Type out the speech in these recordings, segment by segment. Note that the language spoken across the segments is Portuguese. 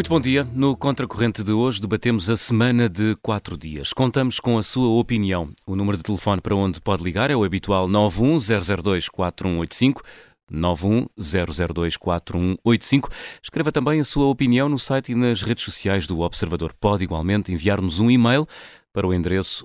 Muito bom dia. No Contracorrente de hoje debatemos a semana de 4 dias. Contamos com a sua opinião. O número de telefone para onde pode ligar é o habitual 910024185, 910024185. Escreva também a sua opinião no site e nas redes sociais do Observador. Pode igualmente enviar-nos um e-mail para o endereço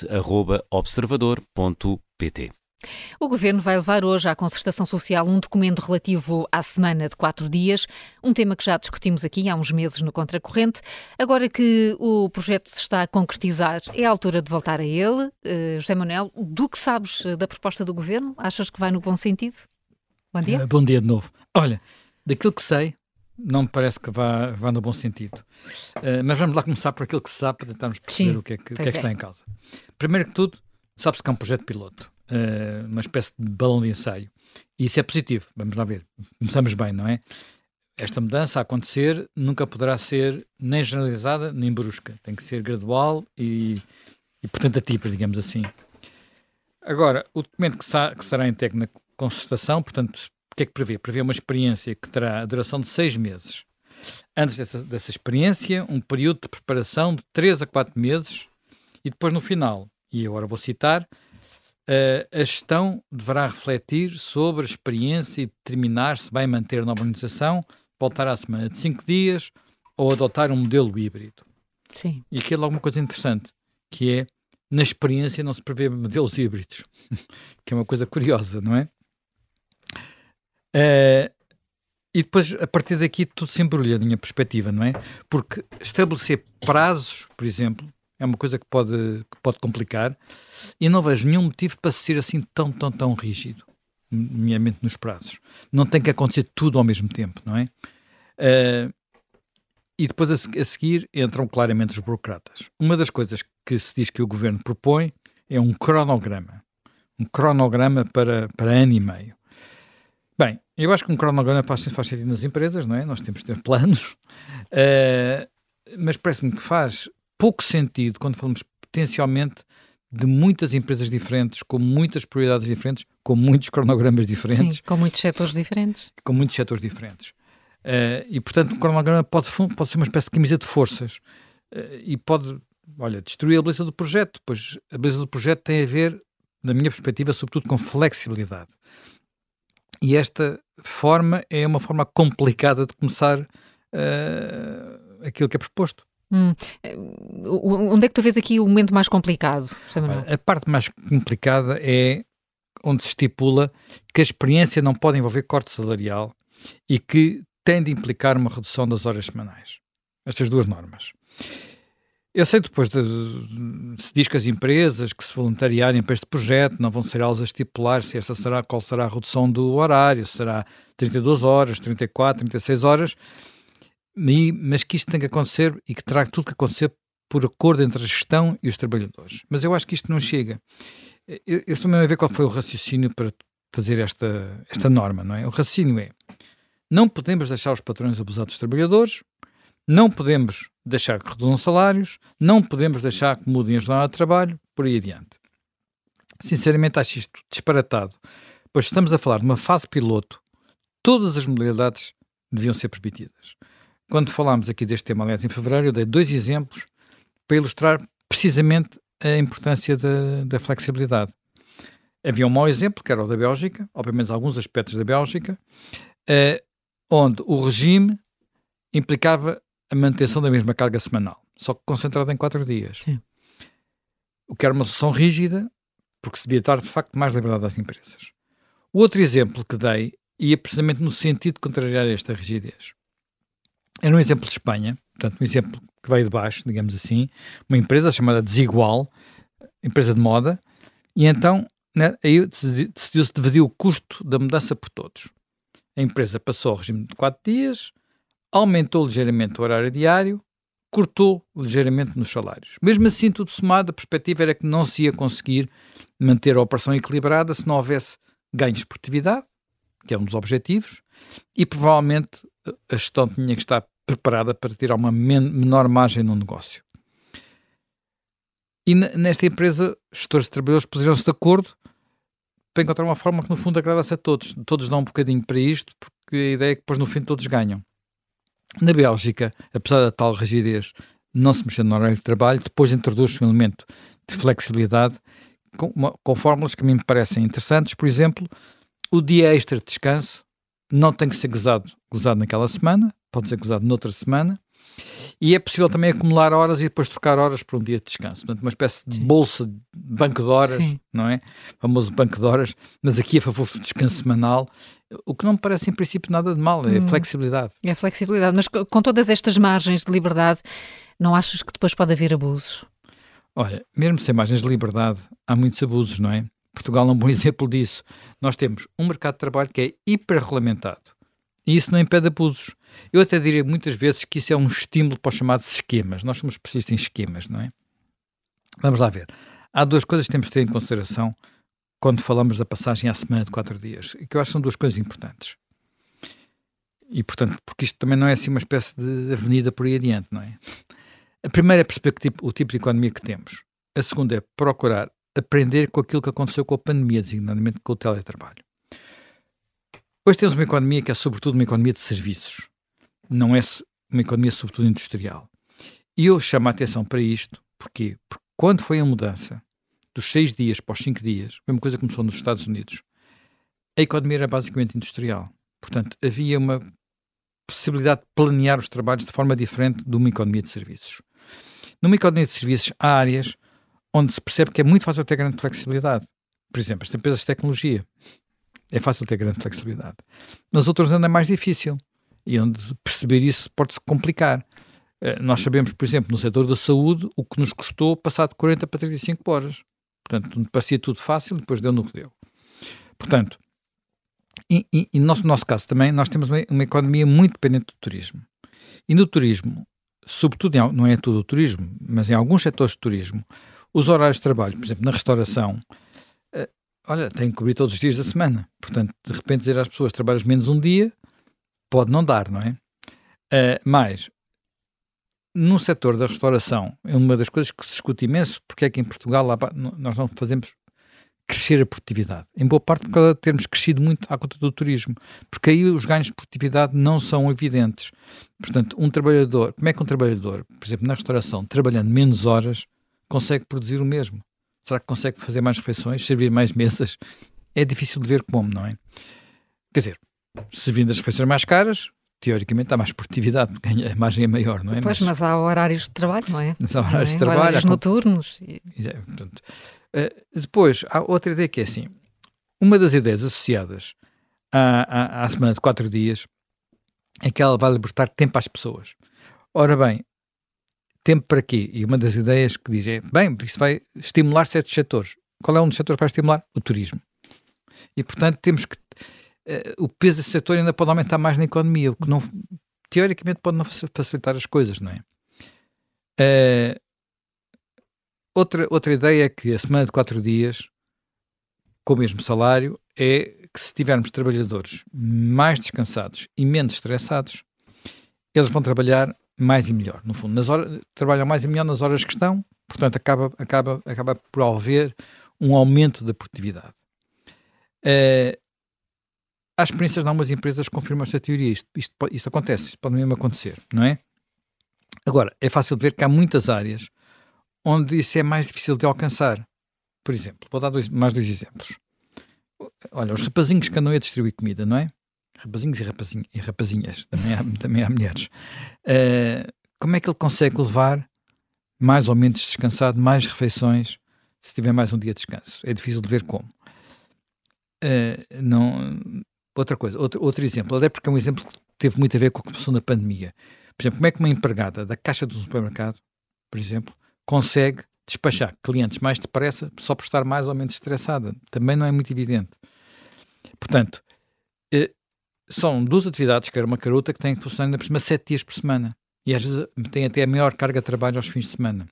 ouvinte@observador.pt. O Governo vai levar hoje à Concertação Social um documento relativo à semana de 4 dias, um tema que já discutimos aqui há uns meses no Contracorrente. Agora que o projeto se está a concretizar, é a altura de voltar a ele. José Manuel, do que sabes da proposta do Governo? Achas que vai no bom sentido? Bom dia. Bom dia de novo. Olha, daquilo que sei, não me parece que vá no bom sentido. Mas vamos lá começar por aquilo que se sabe para tentarmos perceber Sim, o que é que está em causa. Primeiro que tudo, sabe-se que é um projeto piloto. Uma espécie de balão de ensaio. E isso é positivo, vamos lá ver. Começamos bem, não é? Esta mudança a acontecer nunca poderá ser nem generalizada nem brusca. Tem que ser gradual e por tentativa, digamos assim. Agora, o documento que será entregue na concertação, portanto, o que é que prevê? Prevê uma experiência que terá a duração de 6 meses. Antes dessa experiência, um período de preparação de 3 a 4 meses e depois no final, e agora vou citar, a gestão deverá refletir sobre a experiência e determinar se vai manter na organização, voltar à semana de 5 dias ou adotar um modelo híbrido. Sim. E aqui é logo uma coisa interessante, que é, na experiência não se prevê modelos híbridos, que é uma coisa curiosa, não é? E depois, a partir daqui, tudo se embrulha, na minha perspectiva, não é? Porque estabelecer prazos, por exemplo, é uma coisa que pode complicar e não vejo nenhum motivo para ser assim tão rígido, nomeadamente nos prazos. Não tem que acontecer tudo ao mesmo tempo, não é? E depois a seguir entram claramente os burocratas. Uma das coisas que se diz que o Governo propõe é um cronograma. Um cronograma para ano e meio. Bem, eu acho que um cronograma faz sentido nas empresas, não é? Nós temos de ter planos, mas parece-me que faz pouco sentido quando falamos potencialmente de muitas empresas diferentes, com muitas prioridades diferentes, com muitos cronogramas diferentes. Sim, com muitos setores diferentes. E, portanto, o cronograma pode ser uma espécie de camisa de forças e pode, destruir a beleza do projeto, pois a beleza do projeto tem a ver, na minha perspectiva, sobretudo com flexibilidade. E esta forma é uma forma complicada de começar aquilo que é proposto. Onde é que tu vês aqui o momento mais complicado? A parte mais complicada é onde se estipula que a experiência não pode envolver corte salarial e que tem de implicar uma redução das horas semanais. Estas duas normas. Eu sei depois se diz que as empresas que se voluntariarem para este projeto não vão ser elas a estipular qual será a redução do horário, se será 32 horas, 34, 36 horas, mas que isto tem que acontecer e que terá tudo que acontecer por acordo entre a gestão e os trabalhadores. Mas eu acho que isto não chega. Eu estou mesmo a ver qual foi o raciocínio para fazer esta norma, não é? O raciocínio é, não podemos deixar os patrões abusar dos trabalhadores, não podemos deixar que reduzam salários, não podemos deixar que mudem a jornada de trabalho, por aí adiante. Sinceramente acho isto disparatado, pois estamos a falar de uma fase piloto, todas as modalidades deviam ser permitidas. Quando falámos aqui deste tema, aliás, em fevereiro, eu dei 2 exemplos para ilustrar precisamente a importância da flexibilidade. Havia um mau exemplo, que era o da Bélgica, ou pelo menos alguns aspectos da Bélgica, onde o regime implicava a manutenção da mesma carga semanal, só que concentrada em 4 dias. Sim. O que era uma solução rígida, porque se devia dar, de facto, mais liberdade às empresas. O outro exemplo que dei ia precisamente no sentido de contrariar esta rigidez. Era um exemplo de Espanha, portanto, um exemplo que veio de baixo, digamos assim, uma empresa chamada Desigual, empresa de moda, e então aí decidiu-se dividir o custo da mudança por todos. A empresa passou ao regime de 4 dias, aumentou ligeiramente o horário diário, cortou ligeiramente nos salários. Mesmo assim, tudo somado, a perspectiva era que não se ia conseguir manter a operação equilibrada se não houvesse ganhos de produtividade, que é um dos objetivos, e provavelmente a gestão tinha que estar preparada para tirar uma menor margem no negócio. E nesta empresa, gestores e trabalhadores puseram-se de acordo para encontrar uma forma que no fundo agradasse a todos. Todos dão um bocadinho para isto, porque a ideia é que depois no fim todos ganham. Na Bélgica, apesar da tal rigidez não se mexer no horário de trabalho, depois introduz um elemento de flexibilidade com fórmulas que a mim me parecem interessantes. Por exemplo, o dia extra de descanso não tem que ser gozado naquela semana, pode ser gozado noutra semana, e é possível também acumular horas e depois trocar horas por um dia de descanso. Portanto, uma espécie de bolsa, de banco de horas, não é? O famoso banco de horas, mas aqui a favor do descanso semanal, o que não me parece em princípio nada de mal, é flexibilidade. É flexibilidade, mas com todas estas margens de liberdade, não achas que depois pode haver abusos? Olha, mesmo sem margens de liberdade, há muitos abusos, não é? Portugal é um bom exemplo disso. Nós temos um mercado de trabalho que é hiperregulamentado e isso não impede abusos. Eu até diria muitas vezes que isso é um estímulo para os chamados esquemas. Nós somos especialistas em esquemas, não é? Vamos lá ver. Há duas coisas que temos de ter em consideração quando falamos da passagem à semana de 4 dias, que eu acho que são duas coisas importantes. E, portanto, porque isto também não é assim uma espécie de avenida por aí adiante, não é? A primeira é perceber o tipo de economia que temos. A segunda é procurar aprender com aquilo que aconteceu com a pandemia, designadamente com o teletrabalho. Hoje temos uma economia que é sobretudo uma economia de serviços, não é uma economia sobretudo industrial. E eu chamo a atenção para isto, porquê? Porque quando foi a mudança dos 6 dias para os 5 dias, foi uma coisa que começou nos Estados Unidos, a economia era basicamente industrial. Portanto, havia uma possibilidade de planear os trabalhos de forma diferente de uma economia de serviços. Numa economia de serviços, há áreas onde se percebe que é muito fácil ter grande flexibilidade. Por exemplo, as empresas de tecnologia. É fácil ter grande flexibilidade. Nas outras ainda é mais difícil. E onde perceber isso pode-se complicar. Nós sabemos, por exemplo, no setor da saúde, o que nos custou passar de 40 para 35 horas. Portanto, parecia tudo fácil, depois deu no que deu. Portanto, e no nosso caso também, nós temos uma economia muito dependente do turismo. E no turismo, sobretudo, não é todo o turismo, mas em alguns setores de turismo, os horários de trabalho, por exemplo, na restauração, têm que cobrir todos os dias da semana. Portanto, de repente dizer às pessoas trabalhas menos um dia, pode não dar, não é? Mas, no setor da restauração, é uma das coisas que se discute imenso, porque é que em Portugal nós não fazemos crescer a produtividade. Em boa parte por causa de termos crescido muito à conta do turismo, porque aí os ganhos de produtividade não são evidentes. Portanto, um trabalhador, como é que um trabalhador, por exemplo, na restauração, trabalhando menos horas, consegue produzir o mesmo? Será que consegue fazer mais refeições, servir mais mesas? É difícil de ver como, não é? Quer dizer, servindo as refeições mais caras, teoricamente há mais produtividade, a margem é maior, não é? Pois, mas há horários de trabalho, não é? Há horários de trabalho. Horários noturnos. Portanto, depois, há outra ideia que é assim, uma das ideias associadas à semana de 4 dias é que ela vai libertar tempo às pessoas. Ora bem, tempo para quê? E uma das ideias que diz é, isso vai estimular certos setores. Qual é um dos setores que vai estimular? O turismo. E, portanto, temos que o peso desse setor ainda pode aumentar mais na economia, o que não, teoricamente pode não facilitar as coisas, não é? Outra ideia é que a semana de 4 dias, com o mesmo salário, é que se tivermos trabalhadores mais descansados e menos estressados, eles vão trabalhar mais e melhor. No fundo, trabalham mais e melhor nas horas que estão, portanto acaba por haver um aumento da produtividade. Há experiências de algumas empresas que confirmam esta teoria. Isto acontece, isto pode mesmo acontecer, não é? Agora, é fácil de ver que há muitas áreas onde isso é mais difícil de alcançar. Por exemplo, vou dar mais 2 exemplos. Olha, os rapazinhos que andam a distribuir comida, não é? Rapazinhos e rapazinhas, também há mulheres. Como é que ele consegue levar mais ou menos descansado, mais refeições, se tiver mais um dia de descanso? É difícil de ver como. Outra coisa, outro exemplo, até porque é um exemplo que teve muito a ver com o que passou na pandemia. Por exemplo, como é que uma empregada da caixa do supermercado, por exemplo, consegue despachar clientes mais depressa só por estar mais ou menos estressada? Também não é muito evidente. Portanto, são 2 atividades, quer uma carota, que têm que funcionar ainda por cima 7 dias por semana. E às vezes têm até a maior carga de trabalho aos fins de semana.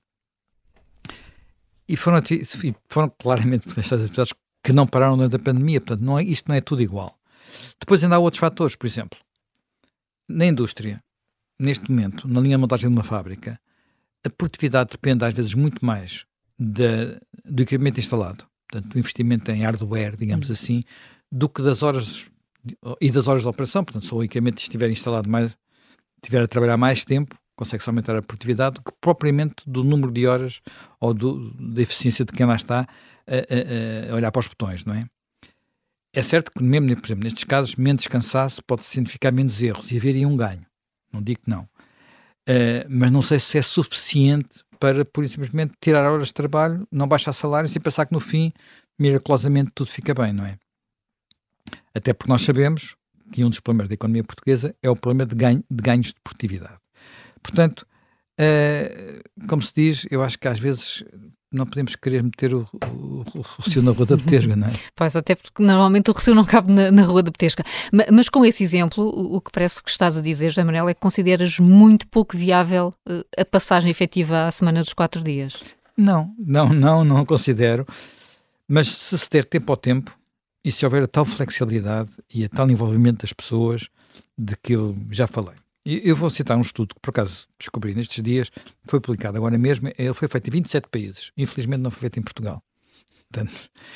E foram claramente estas atividades que não pararam durante a pandemia. Portanto, isto não é tudo igual. Depois ainda há outros fatores, por exemplo, na indústria, neste momento, na linha de montagem de uma fábrica, a produtividade depende às vezes muito mais do equipamento instalado, portanto, do investimento em hardware, digamos assim, do que das horas de operação. Portanto, se o equipamento estiver instalado estiver a trabalhar mais tempo, consegue-se aumentar a produtividade do que propriamente do número de horas ou da eficiência de quem lá está a olhar para os botões, não é? É certo que, mesmo, por exemplo, nestes casos, menos cansaço pode significar menos erros e haver aí um ganho. Não digo que não. Mas não sei se é suficiente para, pura e simplesmente, tirar horas de trabalho, não baixar salários e pensar que, no fim, miraculosamente tudo fica bem, não é? Até porque nós sabemos que um dos problemas da economia portuguesa é o problema de ganhos de produtividade. Portanto, como se diz, eu acho que às vezes não podemos querer meter o recio na rua da Betesga, não é? Pois, até porque normalmente o recio não cabe na rua da Betesga. Mas com esse exemplo, o que parece que estás a dizer, José Manuel, é que consideras muito pouco viável a passagem efetiva à semana dos 4 dias. Não considero. Mas se der tempo ao tempo, e se houver a tal flexibilidade e a tal envolvimento das pessoas de que eu já falei. Eu vou citar um estudo que, por acaso, descobri nestes dias, foi publicado agora mesmo, ele foi feito em 27 países, infelizmente não foi feito em Portugal. Portanto,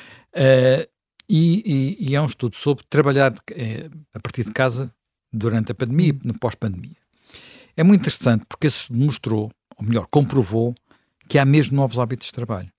e é um estudo sobre trabalhar a partir de casa durante a pandemia e pós-pandemia. É muito interessante porque esse estudo mostrou, ou melhor, comprovou, que há mesmo novos hábitos de trabalho.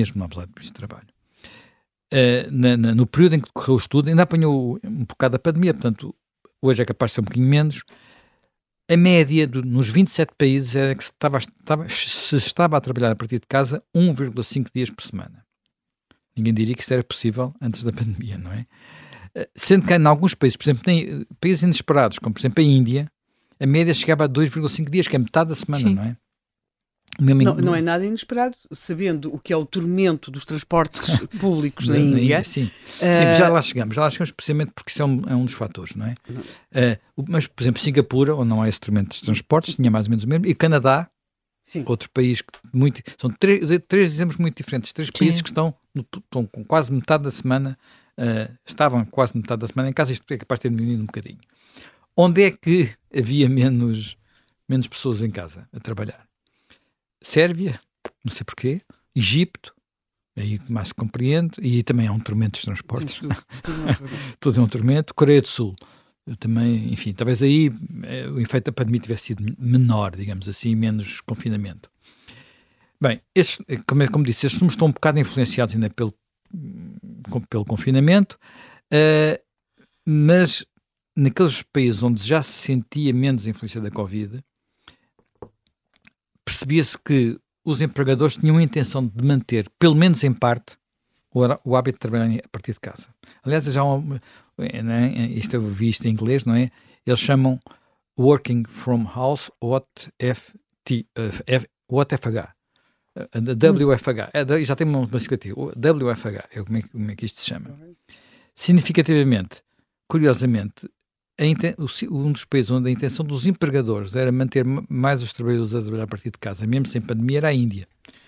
No período em que decorreu o estudo, ainda apanhou um bocado a pandemia, portanto, hoje é capaz de ser um bocadinho menos. A média nos 27 países era que se estava a trabalhar a partir de casa 1,5 dias por semana. Ninguém diria que isso era possível antes da pandemia, não é? Sendo que em alguns países, por exemplo, tem países inesperados, como por exemplo a Índia, a média chegava a 2,5 dias, que é metade da semana, Sim. não é? Não é nada inesperado, sabendo o que é o tormento dos transportes públicos na Índia. Sim, já lá chegamos precisamente porque isso é um dos fatores, não é? Mas, por exemplo, Singapura, onde não há esse tormento dos transportes, tinha mais ou menos o mesmo, e Canadá, sim, outro país que são três exemplos muito diferentes, três países que estão com quase metade da semana, estavam quase metade da semana em casa, isto é capaz de ter diminuído um bocadinho. Onde é que havia menos pessoas em casa a trabalhar? Sérvia, não sei porquê, Egito, aí mais se compreende, e também é um tormento dos transportes. Tudo é um tormento. Coreia do Sul, também, enfim, talvez aí o efeito da pandemia tivesse sido menor, digamos assim, menos confinamento. Bem, como disse, estes números estão um bocado influenciados ainda pelo confinamento, mas naqueles países onde já se sentia menos a influência da Covid, percebia-se que os empregadores tinham a intenção de manter, pelo menos em parte, o hábito de trabalhar a partir de casa. Aliás, isto eu vi isto em inglês, não é? Eles chamam Working from House, WFH. WFH. Já tem uma sigla, WFH, é como é que isto se chama. Significativamente, curiosamente, um dos países onde a intenção dos empregadores era manter mais os trabalhadores a trabalhar a partir de casa, mesmo sem pandemia, era a Índia.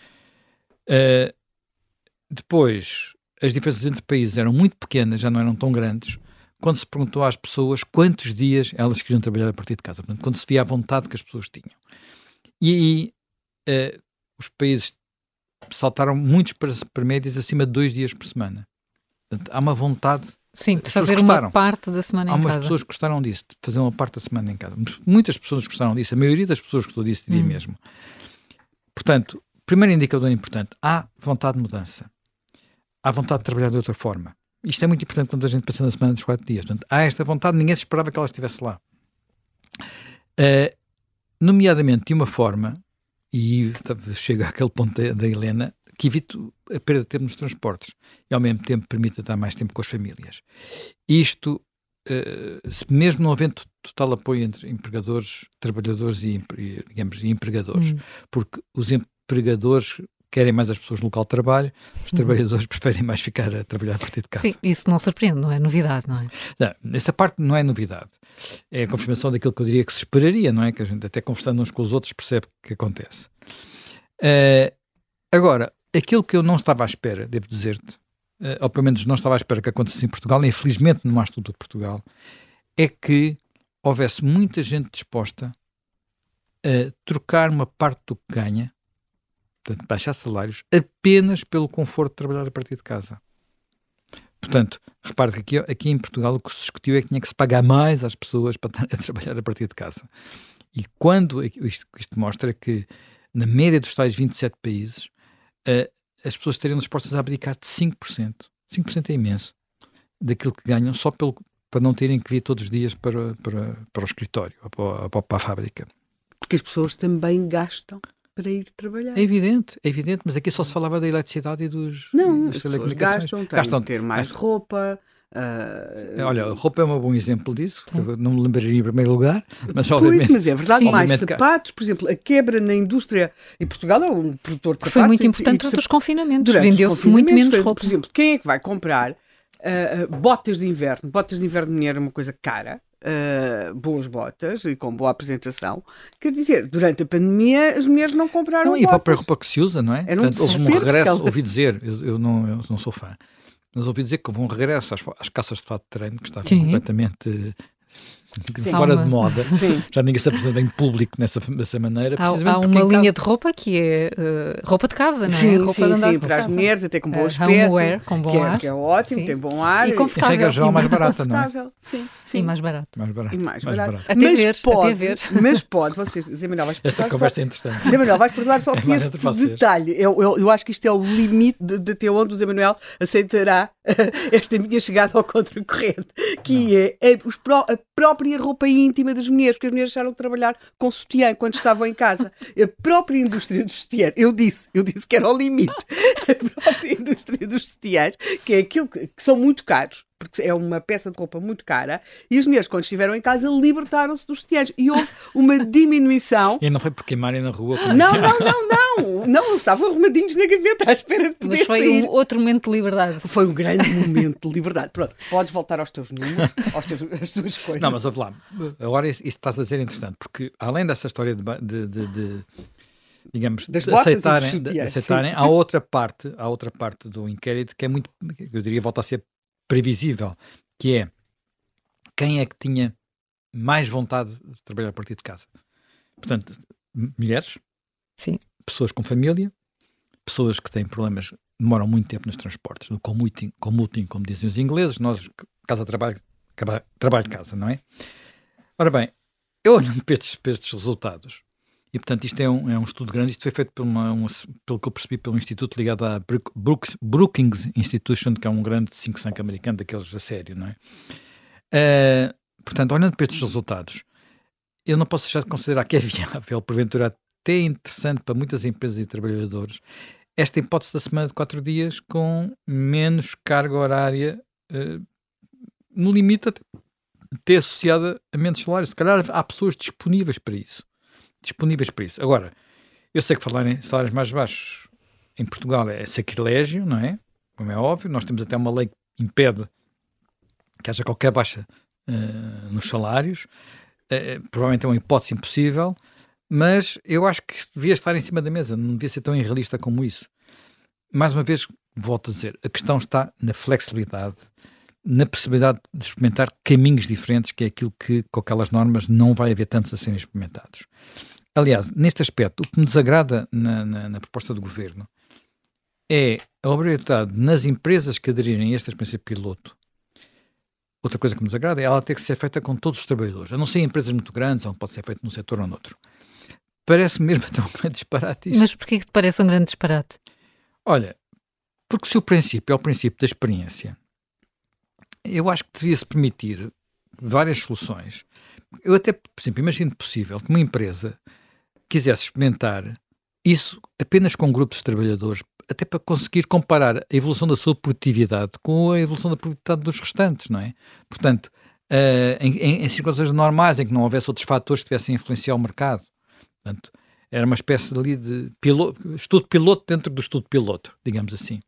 Depois, as diferenças entre países eram muito pequenas, já não eram tão grandes, quando se perguntou às pessoas quantos dias elas queriam trabalhar a partir de casa. Portanto, quando se via a vontade que as pessoas tinham. E aí, os países saltaram muitos para médias acima de 2 dias por semana. Portanto, há uma vontade. Sim, de fazer uma parte da semana em casa. Há umas pessoas que gostaram disso, de fazer uma parte da semana em casa. Muitas pessoas gostaram disso, a maioria das pessoas gostou disso, diria mesmo. Portanto, primeiro indicador importante, há vontade de mudança. Há vontade de trabalhar de outra forma. Isto é muito importante quando a gente pensa na semana dos 4 dias. Portanto, há esta vontade, ninguém se esperava que ela estivesse lá. Nomeadamente de uma forma, e chega àquele ponto da Helena, que evite a perda de tempo nos transportes e ao mesmo tempo permita estar mais tempo com as famílias. Isto, mesmo não havendo total apoio entre empregadores, trabalhadores e empregadores, porque os empregadores querem mais as pessoas no local de trabalho, os trabalhadores preferem mais ficar a trabalhar a partir de casa. Sim, isso não surpreende, não é novidade, não é? Não, essa parte não é novidade. É a confirmação daquilo que eu diria que se esperaria, não é? Que a gente até conversando uns com os outros percebe que acontece. Agora, aquilo que eu não estava à espera, devo dizer-te, ou pelo menos não estava à espera que acontecesse em Portugal, e infelizmente não há estudo de Portugal, é que houvesse muita gente disposta a trocar uma parte do que ganha, portanto, baixar salários, apenas pelo conforto de trabalhar a partir de casa. Portanto, repare que aqui em Portugal o que se discutiu é que tinha que se pagar mais às pessoas para estar a trabalhar a partir de casa. E quando isto mostra que, na média dos tais 27 países, as pessoas estariam dispostas a abdicar de 5%. 5% é imenso daquilo que ganham só para não terem que vir todos os dias para o escritório, para a fábrica. Porque as pessoas também gastam para ir trabalhar. É evidente, mas aqui só se falava da eletricidade e das telecomunicações. Gastam ter mais roupa. Olha, a roupa é um bom exemplo disso, eu não me lembraria em primeiro lugar, mas obviamente... Mas é verdade, mais sapatos, por exemplo, a quebra na indústria, e Portugal é um produtor de sapatos... Foi muito importante durante os confinamentos, vendeu-se muito menos roupa. Por exemplo, quem é que vai comprar botas de inverno? Botas de inverno de mulher é uma coisa cara, boas botas e com boa apresentação. Quer dizer, durante a pandemia as mulheres não compraram botas. E a própria roupa que se usa, não é? Portanto, houve um regresso, ouvi dizer, eu não sou fã, mas ouvi dizer que houve um regresso às calças de fato de treino que estavam completamente fora de moda. Sim. Já ninguém se apresenta em público dessa maneira. Há uma linha de roupa que é roupa de casa, não é? Sim, roupa de andar para as mulheres, até com bom aspecto. Homeware, com bom ar. Que é ótimo, tem bom ar. E confortável. Em regra geral, mais barata, não é? Sim, mais barato. E mais barato. Até ver. Mas pode, vocês, Zé Manuel, vais esta conversa é interessante. Zé Manuel, vais perdoar só aqui este detalhe. Eu acho que isto é o limite de até onde o Zé Manuel aceitará esta minha chegada ao contracorrente, que é a própria roupa íntima das mulheres, porque as mulheres deixaram de trabalhar com sutiã quando estavam em casa. A própria indústria do sutiã, eu disse que era o limite. A própria indústria dos sutiãs, que é aquilo que são muito caros, porque é uma peça de roupa muito cara, e as mulheres, quando estiveram em casa, libertaram-se dos sutiãs. E houve uma diminuição. E não foi por queimarem na rua? Não, estavam arrumadinhos na gaveta à espera de poder sair. Mas foi um outro momento de liberdade. Foi um grande momento de liberdade. Pronto, podes voltar aos teus números, às tuas coisas. Não, mas ouve lá, agora isso estás a dizer é interessante, porque além dessa história de digamos, das de aceitarem, há outra parte do inquérito que é muito, eu diria, volta a ser previsível, que é quem é que tinha mais vontade de trabalhar a partir de casa. Portanto, mulheres, sim, pessoas com família, pessoas que têm problemas, demoram muito tempo nos transportes, no commuting, como dizem os ingleses, nós, casa-trabalho, trabalho-casa, não é? Ora bem, eu olho para estes resultados, e portanto isto é um estudo grande, isto foi feito pelo que eu percebi, pelo instituto ligado à Brookings Institution, que é um grande think tank americano, daqueles a sério, não é? Portanto, olhando para estes resultados, eu não posso deixar de considerar que é viável, porventura até interessante para muitas empresas e trabalhadores, esta hipótese da semana de 4 dias com menos carga horária, no limite até associada a menos salários. Se calhar há pessoas disponíveis para isso. Agora, eu sei que falar em salários mais baixos em Portugal é sacrilégio, não é? Como é óbvio, nós temos até uma lei que impede que haja qualquer baixa nos salários, provavelmente é uma hipótese impossível, mas eu acho que isto devia estar em cima da mesa, não devia ser tão irrealista como isso. Mais uma vez, volto a dizer, a questão está na flexibilidade, na possibilidade de experimentar caminhos diferentes, que é aquilo que com aquelas normas não vai haver tantos a serem experimentados. Aliás, neste aspecto, o que me desagrada na proposta do Governo é a obrigatoriedade nas empresas que aderirem a esta experiência piloto. Outra coisa que me desagrada é ela ter que ser feita com todos os trabalhadores, a não ser em empresas muito grandes, onde pode ser feito num setor ou noutro. Parece mesmo até um grande disparate isto. Mas porquê que te parece um grande disparate? Olha, porque se o princípio é o princípio da experiência, eu acho que devia-se permitir várias soluções. Eu até, por exemplo, imagino possível que uma empresa quisesse experimentar isso apenas com grupos de trabalhadores, até para conseguir comparar a evolução da sua produtividade com a evolução da produtividade dos restantes, não é? Portanto, em circunstâncias normais, em que não houvesse outros fatores que tivessem a influenciar o mercado. Portanto, era uma espécie de estudo piloto dentro do estudo piloto, digamos assim.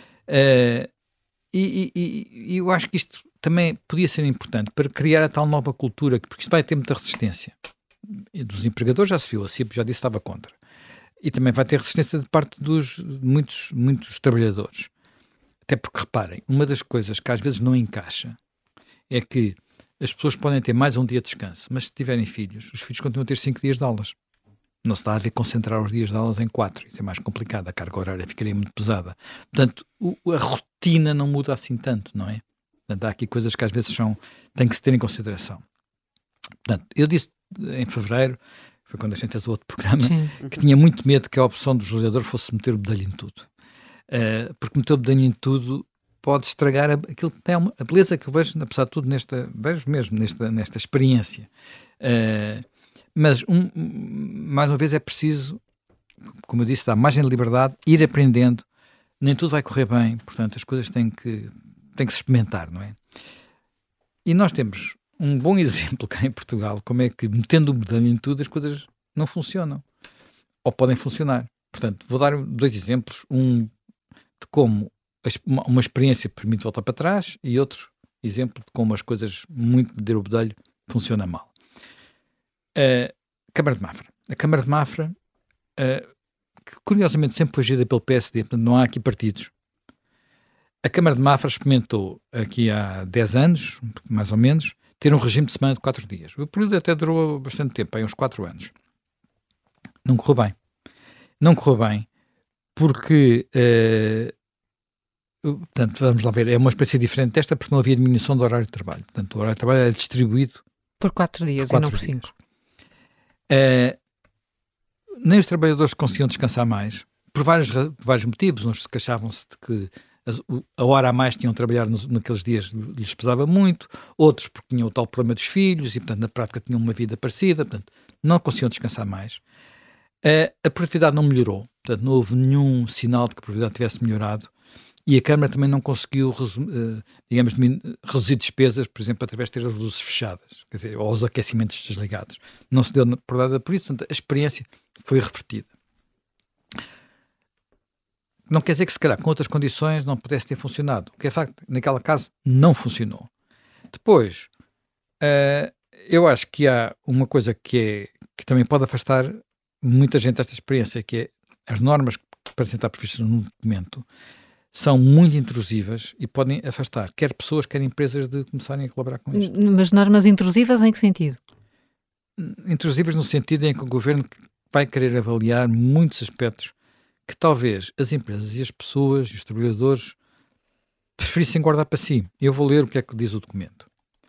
E eu acho que isto também podia ser importante para criar a tal nova cultura, porque isto vai ter muita resistência. E dos empregadores já se viu, a CIP já disse que estava contra. E também vai ter resistência de parte dos muitos trabalhadores. Até porque, reparem, uma das coisas que às vezes não encaixa é que as pessoas podem ter mais um dia de descanso, mas se tiverem filhos, os filhos continuam a ter 5 dias de aulas. Não se dá a ver concentrar os dias de aulas em 4. Isso é mais complicado, a carga horária ficaria muito pesada. Portanto, a rotina não muda assim tanto, não é? Portanto, há aqui coisas que às vezes têm que se ter em consideração. Portanto, eu disse em fevereiro, foi quando a gente fez o outro programa, que tinha muito medo que a opção do legislador fosse meter o bedelho em tudo. Porque meter o bedelho em tudo pode estragar aquilo que tem a beleza que eu vejo, apesar de tudo, nesta experiência. Mas, mais uma vez, é preciso, como eu disse, dar margem de liberdade, ir aprendendo. Nem tudo vai correr bem, portanto, as coisas têm que se experimentar, não é? E nós temos um bom exemplo cá em Portugal, como é que, metendo o bedelho em tudo, as coisas não funcionam. Ou podem funcionar. Portanto, vou dar 2 exemplos. Um de como uma experiência permite voltar para trás e outro exemplo de como as coisas, muito meter o bedelho, funciona mal. A Câmara de Mafra. A Câmara de Mafra, que curiosamente sempre foi gerida pelo PSD, portanto não há aqui partidos. A Câmara de Mafra experimentou aqui há 10 anos, mais ou menos, ter um regime de semana de 4 dias. O período até durou bastante tempo, aí uns 4 anos. Não correu bem. Não correu bem porque, portanto, vamos lá ver, é uma experiência diferente desta porque não havia diminuição do horário de trabalho. Portanto, o horário de trabalho era distribuído por 4 dias e não por 5. Nem os trabalhadores conseguiam descansar mais, por vários motivos. Uns se queixavam-se de que a hora a mais tinham de trabalhar naqueles dias lhes pesava muito, outros porque tinham o tal problema dos filhos e, portanto, na prática tinham uma vida parecida, portanto, não conseguiam descansar mais. A produtividade não melhorou, portanto, não houve nenhum sinal de que a produtividade tivesse melhorado e a Câmara também não conseguiu, digamos, reduzir despesas, por exemplo, através de ter as luzes fechadas, quer dizer, ou os aquecimentos desligados. Não se deu por isso, portanto, a experiência foi revertida. Não quer dizer que, se calhar, com outras condições não pudesse ter funcionado. O que é facto, naquele caso, não funcionou. Depois, eu acho que há uma coisa que também pode afastar muita gente desta experiência, que é as normas que parecem estar previstas no documento são muito intrusivas e podem afastar quer pessoas, quer empresas de começarem a colaborar com isto. Mas normas intrusivas em que sentido? Intrusivas no sentido em que o governo vai querer avaliar muitos aspectos que talvez as empresas e as pessoas e os trabalhadores preferissem guardar para si. Eu vou ler o que é que diz o documento.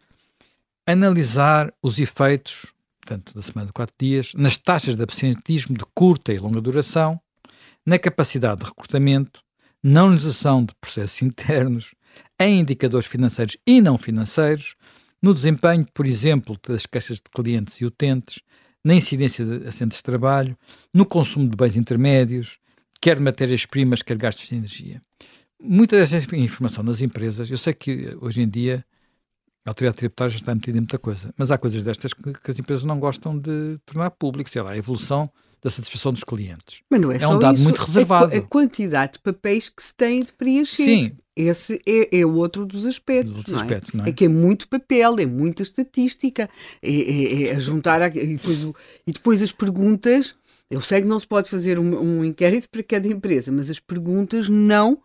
Analisar os efeitos, portanto, da semana de 4 dias, nas taxas de absentismo de curta e longa duração, na capacidade de recrutamento, na organização de processos internos, em indicadores financeiros e não financeiros, no desempenho, por exemplo, das queixas de clientes e utentes, na incidência de acidentes de trabalho, no consumo de bens intermédios, quer matérias-primas, quer gastos de energia. Muita desta informação nas empresas, eu sei que hoje em dia a autoridade tributária já está metida em muita coisa, mas há coisas destas que as empresas não gostam de tornar público, sei lá, a evolução da satisfação dos clientes. Mas não é um dado muito reservado. A quantidade de papéis que se tem de preencher. Sim. Esse é outro dos aspectos, não é? É que é muito papel, é muita estatística, é a juntar e depois as perguntas. Eu sei que não se pode fazer um inquérito para cada empresa, mas as perguntas não...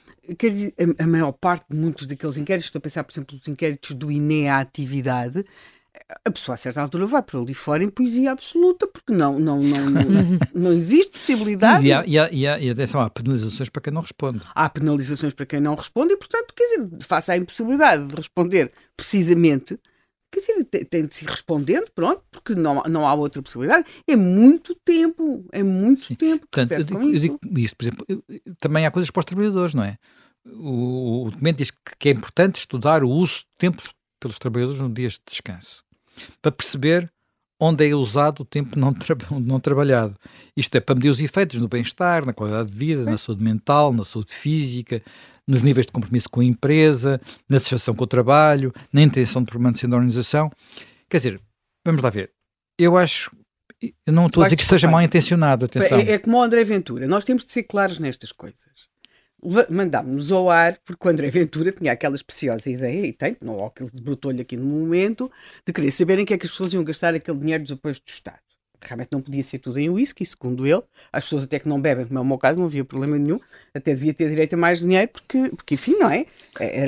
A maior parte de muitos daqueles inquéritos, estou a pensar, por exemplo, nos inquéritos do INE à atividade, a pessoa a certa altura vai para ali fora em poesia absoluta, porque não existe possibilidade. E atenção, há penalizações para quem não responde. Há penalizações para quem não responde e, portanto, quer dizer, face à impossibilidade de responder precisamente, quer dizer, tem de se ir respondendo, pronto, porque não há outra possibilidade. É muito tempo. Portanto, eu digo isto, por exemplo, também há coisas para os trabalhadores, não é? O documento diz que é importante estudar o uso de tempo pelos trabalhadores nos dias de descanso, para perceber onde é usado o tempo não trabalhado. Isto é, para medir os efeitos no bem-estar, na qualidade de vida, na saúde mental, na saúde física, nos níveis de compromisso com a empresa, na satisfação com o trabalho, na intenção de permanecer na organização. Quer dizer, vamos lá ver. Eu não estou a dizer que seja mal intencionado, atenção. É como o André Ventura. Nós temos de ser claros nestas coisas. Mandámos-nos ao ar, porque o André Ventura tinha aquela especiosa ideia, e tem, não, que ele debrutou-lhe aqui no momento, de querer saber em que é que as pessoas iam gastar aquele dinheiro dos apoios do Estado. Realmente não podia ser tudo em whisky, segundo ele. As pessoas até que não bebem, como é o meu caso, não havia problema nenhum. Até devia ter direito a mais dinheiro, porque enfim, não é?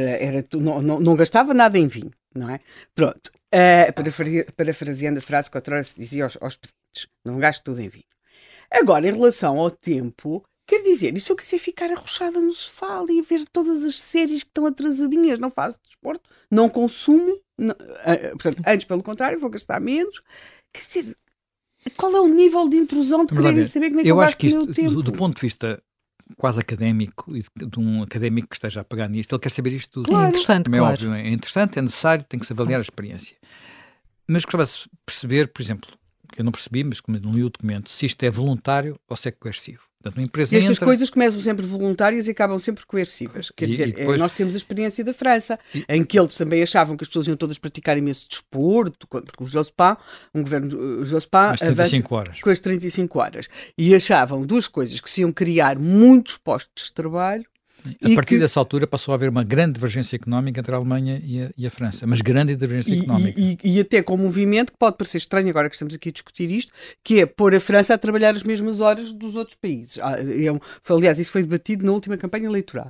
Não gastava nada em vinho, não é? Pronto. Parafraseando a frase que outrora se dizia aos pedidos. Não gasto tudo em vinho. Agora, em relação ao tempo... Quer dizer, isso eu quiser ficar arrochada no sofá ali a ver todas as séries que estão atrasadinhas, não faço desporto, não consumo, portanto, antes pelo contrário, vou gastar menos. Quer dizer, qual é o nível de intrusão de quererem saber como é que eu gasto o meu tempo? Do ponto de vista quase académico, e de um académico que esteja a pegar nisto, ele quer saber isto tudo. Claro. É interessante, claro. Óbvio, é interessante, é necessário, tem que se avaliar a experiência. Mas gostava de perceber, por exemplo, que eu não percebi, mas como não li o documento, se isto é voluntário ou se é coercivo. Portanto, uma empresa estas coisas começam sempre voluntárias e acabam sempre coercivas. Quer dizer, depois... nós temos a experiência da França, em que eles também achavam que as pessoas iam todas praticar imenso desporto, porque o Jospin, um governo Jospin, avança com as 35 horas. E achavam duas coisas, que se iam criar muitos postos de trabalho. A partir dessa altura passou a haver uma grande divergência económica entre a Alemanha e a França, mas grande divergência económica. E até com um movimento que pode parecer estranho agora que estamos aqui a discutir isto, que é pôr a França a trabalhar as mesmas horas dos outros países. Aliás, isso foi debatido na última campanha eleitoral.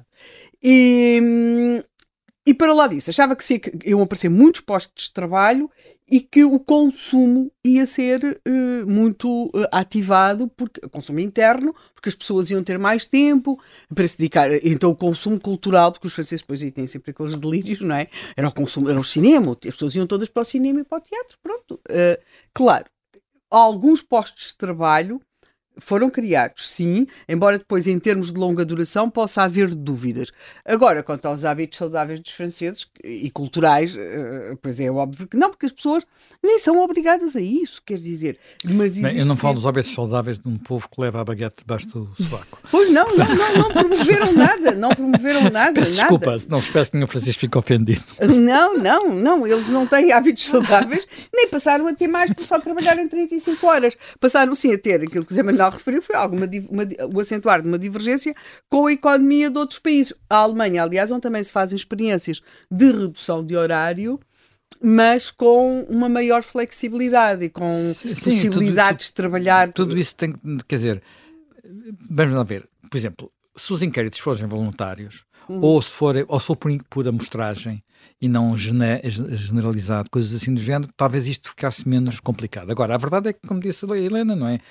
E para lá disso, achava que iam aparecer muitos postos de trabalho e que o consumo ia ser muito ativado, porque o consumo interno, porque as pessoas iam ter mais tempo para se dedicar. Então o consumo cultural, porque os franceses depois aí têm sempre aqueles delírios, não é? Era o consumo, era o cinema, as pessoas iam todas para o cinema e para o teatro, pronto. Claro, alguns postos de trabalho foram criados, sim, embora depois, em termos de longa duração, possa haver dúvidas. Agora, quanto aos hábitos saudáveis dos franceses e culturais, pois é óbvio que não, porque as pessoas nem são obrigadas a isso, quer dizer. Mas eu não falo dos hábitos saudáveis de um povo que leva a baguete debaixo do sovaco. Pois não promoveram nada, Peço desculpa, não espero que o Francisco fique ofendido. Não, eles não têm hábitos saudáveis, nem passaram a ter mais por só trabalhar em 35 horas. Passaram sim a ter aquilo que o Zé Manuel referiu, foi o acentuar de uma divergência com a economia de outros países. A Alemanha, aliás, onde também se fazem experiências de redução de horário, mas com uma maior flexibilidade e com possibilidades de trabalhar. Tudo isso tem, quer dizer, vamos lá ver, por exemplo, se os inquéritos forem voluntários, ou se for por amostragem e não generalizado, coisas assim do género, talvez isto ficasse menos complicado. Agora, a verdade é que, como disse a Helena, não é?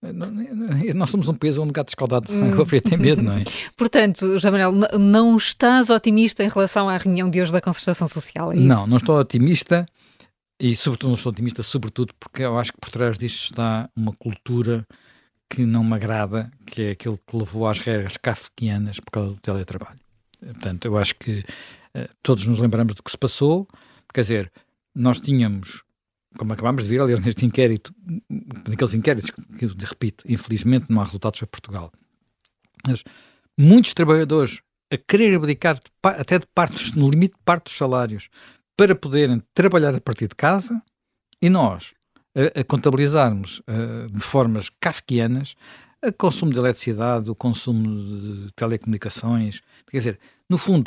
Nós somos um país onde gato escaldado água fria tem medo, não é? Portanto, José Manuel, não estás otimista em relação à reunião de hoje da Concertação Social, é isso? Não estou otimista e sobretudo não estou otimista, sobretudo porque eu acho que por trás disto está uma cultura que não me agrada, que é aquilo que levou às regras kafkianas por causa do teletrabalho. Portanto, eu acho que todos nos lembramos do que se passou, quer dizer, nós tínhamos, como acabámos de ver, aliás, neste inquérito, naqueles inquéritos que, repito, infelizmente não há resultados para Portugal, mas muitos trabalhadores a querer abdicar até no limite de parte dos salários para poderem trabalhar a partir de casa e nós a contabilizarmos de formas kafkianas o consumo de eletricidade, o consumo de telecomunicações, quer dizer, no fundo,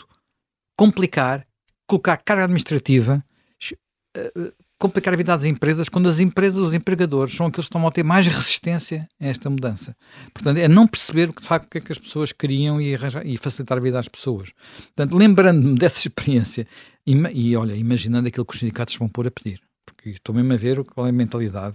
colocar carga administrativa, complicar a vida das empresas, quando as empresas, os empregadores, são aqueles que estão a ter mais resistência a esta mudança. Portanto, é não perceber de facto o que é que as pessoas queriam e facilitar a vida às pessoas. Portanto, lembrando-me dessa experiência e olha, imaginando aquilo que os sindicatos vão pôr a pedir, porque estou mesmo a ver qual é a mentalidade,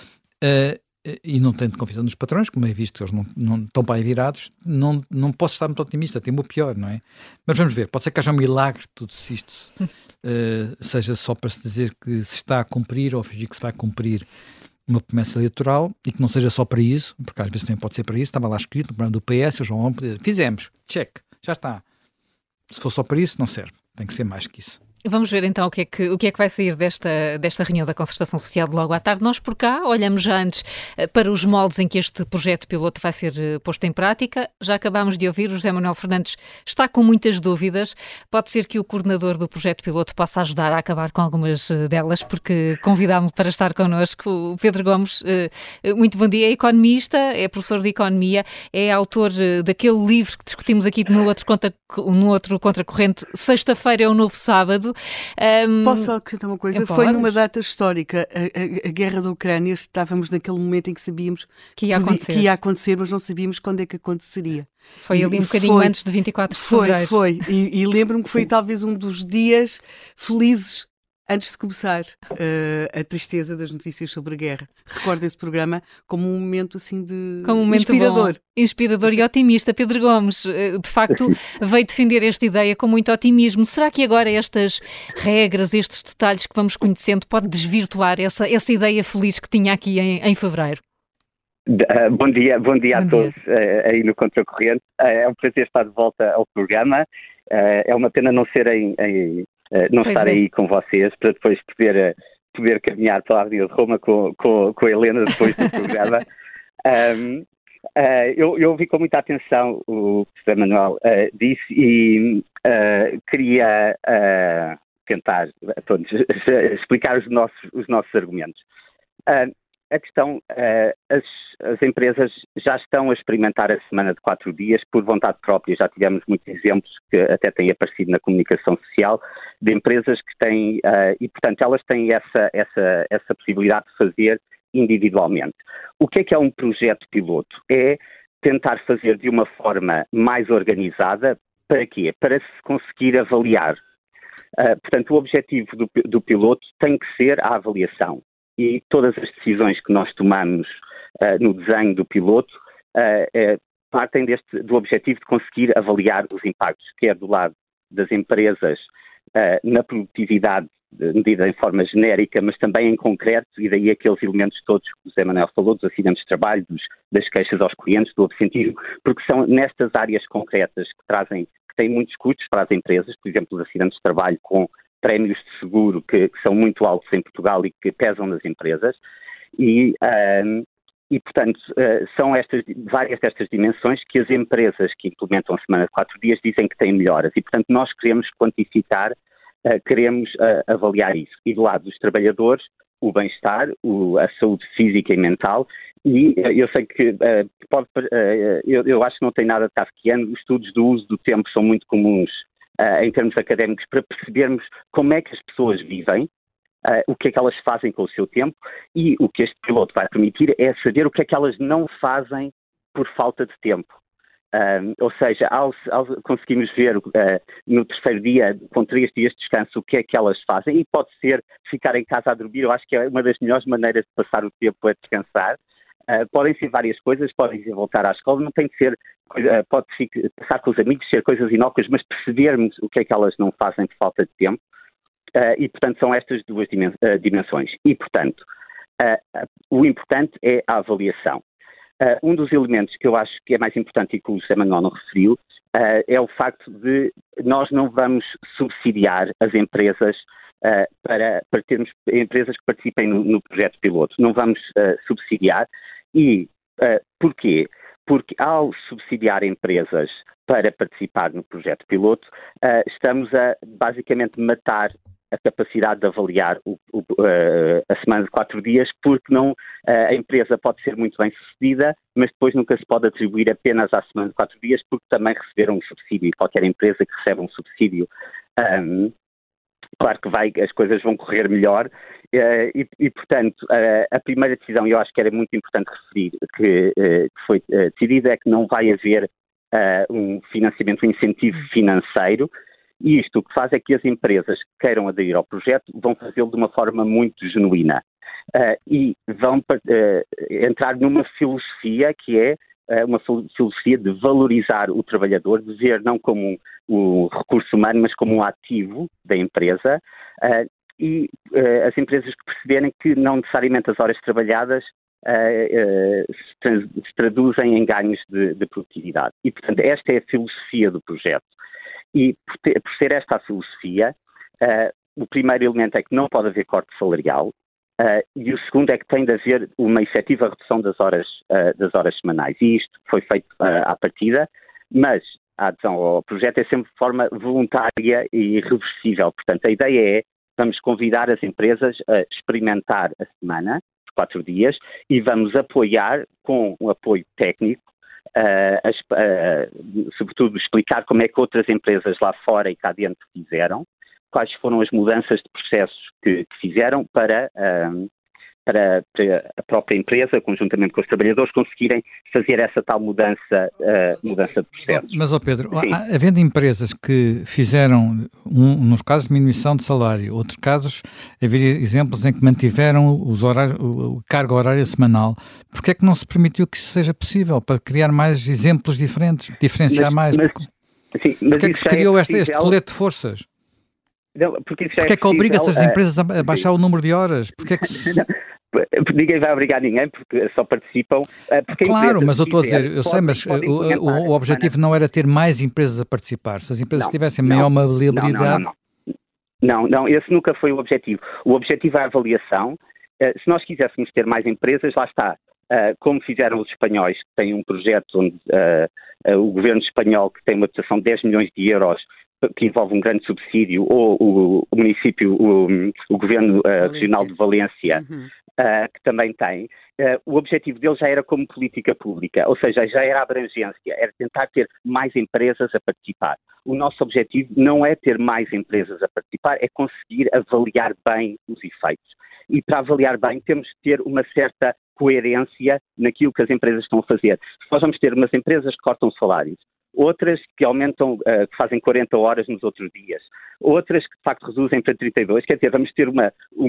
e não tendo confiança nos patrões, como é visto, eles não estão para aí virados, não posso estar muito otimista, tem o pior, não é? Mas vamos ver, pode ser que haja um milagre de tudo isto, seja só para se dizer que se está a cumprir ou fingir que se vai cumprir uma promessa eleitoral e que não seja só para isso, porque às vezes também pode ser para isso, estava lá escrito no programa do PS, eles vão poder, fizemos, check, já está. Se for só para isso, não serve, tem que ser mais que isso. Vamos ver então o que é que vai sair desta reunião da Concertação Social de logo à tarde. Nós por cá olhamos já antes para os moldes em que este projeto piloto vai ser posto em prática. Já acabámos de ouvir, o José Manuel Fernandes está com muitas dúvidas. Pode ser que o coordenador do projeto piloto possa ajudar a acabar com algumas delas, porque convidámos para estar connosco o Pedro Gomes. Muito bom dia, é economista, é professor de Economia, é autor daquele livro que discutimos aqui no outro Contracorrente, Sexta-feira é o Novo Sábado. Posso só acrescentar uma coisa? Foi numa data histórica, a guerra da Ucrânia, estávamos naquele momento em que sabíamos que ia acontecer, mas não sabíamos quando é que aconteceria. Foi ali um bocadinho antes de 24 de fevereiro. Foi. E lembro-me que foi talvez um dos dias felizes Antes de começar, a tristeza das notícias sobre a guerra. Recordo esse programa como um momento assim de inspirador. Inspirador e otimista. Pedro Gomes, de facto, veio defender esta ideia com muito otimismo. Será que agora estas regras, estes detalhes que vamos conhecendo, pode desvirtuar essa ideia feliz que tinha aqui em fevereiro? Bom dia a todos aí no Contracorrente. É um prazer estar de volta ao programa. É uma pena não estar aí com vocês para depois poder caminhar pela Avenida de Roma com a Helena depois do programa. Eu ouvi com muita atenção o que o José Manuel disse e queria tentar explicar os nossos argumentos. A questão, as empresas já estão a experimentar a semana de 4 dias por vontade própria. Já tivemos muitos exemplos que até têm aparecido na comunicação social de empresas que têm, e portanto elas têm essa possibilidade de fazer individualmente. O que é um projeto piloto? É tentar fazer de uma forma mais organizada. Para quê? Para se conseguir avaliar. Portanto, o objetivo do piloto tem que ser a avaliação. E todas as decisões que nós tomamos no desenho do piloto partem do objetivo de conseguir avaliar os impactos, quer do lado das empresas na produtividade, medida em forma genérica, mas também em concreto, e daí aqueles elementos todos que o José Manuel falou, dos acidentes de trabalho, das queixas aos clientes, do absentismo, porque são nestas áreas concretas que têm muitos custos para as empresas, por exemplo, os acidentes de trabalho com prémios de seguro que são muito altos em Portugal e que pesam nas empresas e portanto, são várias destas dimensões que as empresas que implementam a semana de 4 dias dizem que têm melhoras e, portanto, nós queremos quantificar, queremos avaliar isso. E do lado dos trabalhadores, o bem-estar, a saúde física e mental, e eu sei que eu acho que não tem nada de kafkiano, os estudos do uso do tempo são muito comuns em termos académicos, para percebermos como é que as pessoas vivem, o que é que elas fazem com o seu tempo, e o que este piloto vai permitir é saber o que é que elas não fazem por falta de tempo. Ou seja, ao conseguirmos ver no terceiro dia, com 3 dias de descanso, o que é que elas fazem, e pode ser ficar em casa a dormir, eu acho que é uma das melhores maneiras de passar o tempo a descansar. Podem ser várias coisas, podem ser voltar à escola, não tem que ser, pode passar com os amigos, ser coisas inócuas, mas percebermos o que é que elas não fazem por falta de tempo, e portanto são estas duas dimensões. E portanto, o importante é a avaliação. Um dos elementos que eu acho que é mais importante e que o José Manuel não referiu, é o facto de nós não vamos subsidiar as empresas para termos empresas que participem no projeto piloto. Não vamos subsidiar. E porquê? Porque ao subsidiar empresas para participar no projeto piloto, estamos a basicamente matar a capacidade de avaliar a semana de 4 dias, porque a empresa pode ser muito bem sucedida, mas depois nunca se pode atribuir apenas à semana de 4 dias, porque também receberam um subsídio. Qualquer empresa que recebe um subsídio, claro que as coisas vão correr melhor e portanto, a primeira decisão, e eu acho que era muito importante referir, que foi decidida, é que não vai haver um financiamento, um incentivo financeiro, e isto o que faz é que as empresas que queiram aderir ao projeto vão fazê-lo de uma forma muito genuína e vão entrar numa filosofia que é uma filosofia de valorizar o trabalhador, de ver não como um recurso humano, mas como um ativo da empresa, e as empresas que perceberem que não necessariamente as horas trabalhadas se traduzem em ganhos de produtividade. E, portanto, esta é a filosofia do projeto. E, por ser esta a filosofia, o primeiro elemento é que não pode haver corte salarial, e o segundo é que tem de haver uma efetiva redução das horas semanais. E isto foi feito à partida, mas a adesão ao projeto é sempre de forma voluntária e reversível. Portanto, a ideia é, vamos convidar as empresas a experimentar a semana, por 4 dias, e vamos apoiar com um apoio técnico, sobretudo explicar como é que outras empresas lá fora e cá dentro fizeram, quais foram as mudanças de processos que fizeram para para a própria empresa, conjuntamente com os trabalhadores, conseguirem fazer essa tal mudança de processo. Mas, Pedro, havendo empresas que fizeram, nos casos de diminuição de salário, outros casos, havia exemplos em que mantiveram a carga horária semanal, porque é que não se permitiu que isso seja possível, para criar mais exemplos diferentes, diferenciar mais? Porque é que se criou este colete de forças? Não, porque é que obriga-se as empresas a baixar o número de horas? Porque é que... Ninguém vai obrigar ninguém, porque só participam. Claro, mas eu estou a dizer, eu sei, mas o objetivo não era ter mais empresas a participar. Se as empresas tivessem maior maleabilidade... Não, esse nunca foi o objetivo. O objetivo é a avaliação. Se nós quiséssemos ter mais empresas, lá está. Como fizeram os espanhóis, que têm um projeto onde o governo espanhol, que tem uma dotação de 10 milhões de euros, que envolve um grande subsídio, ou o município, o governo regional de Valência, que também tem, o objetivo dele já era como política pública, ou seja, já era abrangência, era tentar ter mais empresas a participar. O nosso objetivo não é ter mais empresas a participar, é conseguir avaliar bem os efeitos. E para avaliar bem temos de ter uma certa coerência naquilo que as empresas estão a fazer. Se nós vamos ter umas empresas que cortam salários, outras que aumentam, que fazem 40 horas nos outros dias, outras que de facto reduzem para 32, quer dizer, vamos ter uma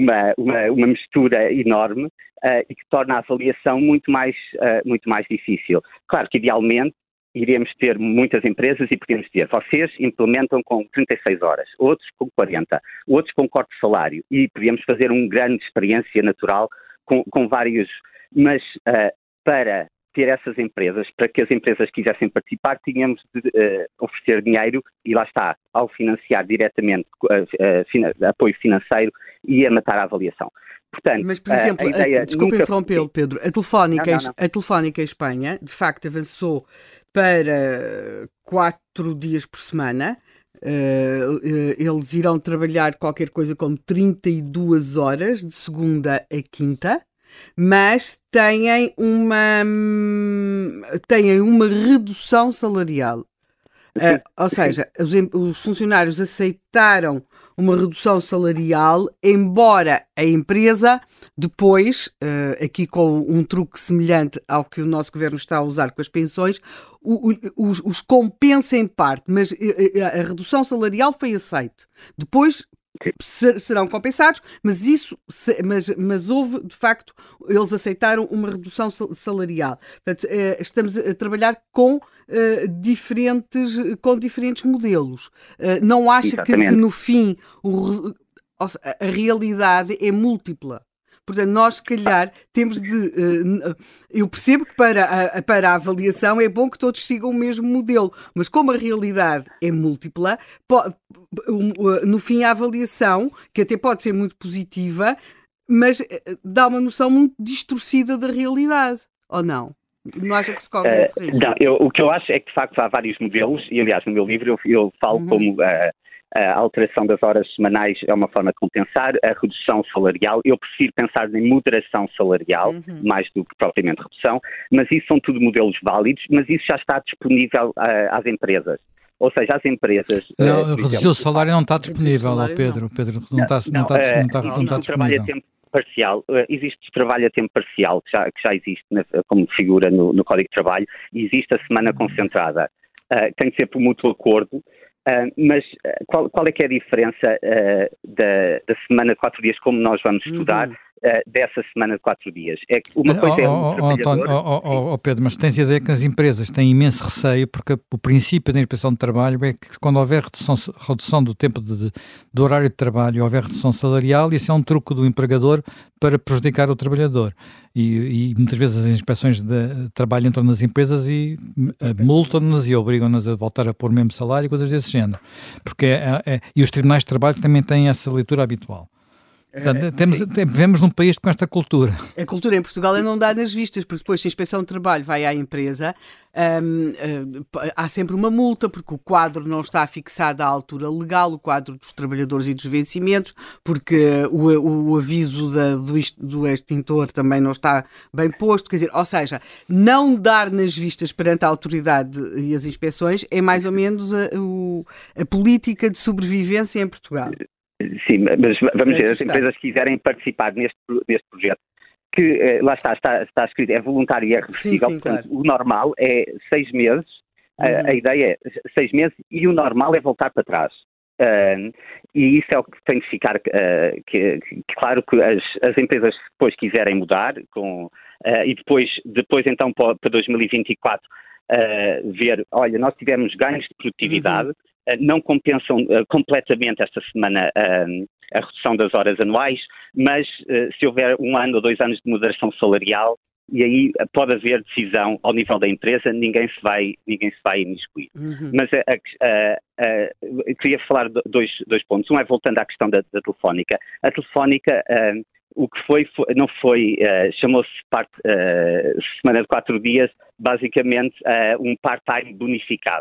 mistura enorme e que torna a avaliação muito mais difícil. Claro que idealmente iremos ter muitas empresas e podemos dizer, vocês implementam com 36 horas, outros com 40, outros com corte de salário e podíamos fazer uma grande experiência natural com vários, mas para ter essas empresas, para que as empresas quisessem participar, tínhamos de oferecer dinheiro e lá está, ao financiar diretamente apoio financeiro e a matar a avaliação. Portanto, mas, por exemplo, desculpa interrompê-lo, Pedro, a Telefónica em Espanha, de facto, avançou para 4 dias por semana. Eles irão trabalhar qualquer coisa como 32 horas, de segunda a quinta, mas têm uma redução salarial. Ou seja, os funcionários aceitaram uma redução salarial, embora a empresa depois, aqui com um truque semelhante ao que o nosso governo está a usar com as pensões, os compensa em parte, mas a redução salarial foi aceite. Depois serão compensados, mas houve, de facto, eles aceitaram uma redução salarial. Portanto, estamos a trabalhar com diferentes modelos. Não acha que no fim a realidade é múltipla? Portanto, nós, se calhar, temos de... eu percebo que para a avaliação é bom que todos sigam o mesmo modelo, mas como a realidade é múltipla, no fim a avaliação, que até pode ser muito positiva, mas dá uma noção muito distorcida da realidade, ou não? Não acha que se corre esse risco? Não, o que eu acho é que, de facto, há vários modelos, e, aliás, no meu livro eu falo como... A alteração das horas semanais é uma forma de compensar, a redução salarial, eu prefiro pensar em moderação salarial, mais do que propriamente redução, mas isso são tudo modelos válidos, mas isso já está disponível às empresas. Ou seja, as empresas... Não, reduzir o salário não está disponível, Pedro. Pedro, não está disponível. Parcial. Existe trabalho a tempo parcial, que já existe como figura no Código de Trabalho, e existe a semana concentrada. Tem que ser por mútuo acordo. Mas qual é que é a diferença da semana de 4 dias, como nós vamos estudar, dessa semana de 4 dias? É que uma coisa é um trabalhador... Pedro, mas tens a ideia que as empresas têm imenso receio, porque o princípio da inspeção de trabalho é que quando houver redução do tempo do horário de trabalho, houver redução salarial, isso é um truque do empregador para prejudicar o trabalhador. E muitas vezes as inspeções de trabalho entram nas empresas e multam-nas e obrigam-nas a voltar a pôr o mesmo salário, coisas desse género. E os tribunais de trabalho também têm essa leitura habitual. Vivemos num país com esta cultura. A cultura em Portugal é não dar nas vistas, porque depois se a inspeção de trabalho vai à empresa, há sempre uma multa, porque o quadro não está fixado à altura legal, o quadro dos trabalhadores e dos vencimentos, porque o aviso do extintor também não está bem posto, quer dizer, ou seja, não dar nas vistas perante a autoridade e as inspeções é mais ou menos a política de sobrevivência em Portugal. Sim, mas vamos ver, as empresas que quiserem participar neste projeto que lá está escrito, é voluntário e é reversível, portanto, claro. O normal é 6 meses, a ideia é 6 meses e o normal é voltar para trás. E isso é o que tem de ficar, claro que as empresas depois quiserem mudar e depois então para 2024 ver, olha, nós tivemos ganhos de produtividade, não compensam completamente esta semana a redução das horas anuais, mas se houver 1 ano ou 2 anos de moderação salarial, e aí pode haver decisão ao nível da empresa, ninguém se vai imiscuir. Mas queria falar de dois pontos. Um é voltando à questão da Telefónica. A Telefónica, o que não foi, chamou-se semana de 4 dias, basicamente um part-time bonificado.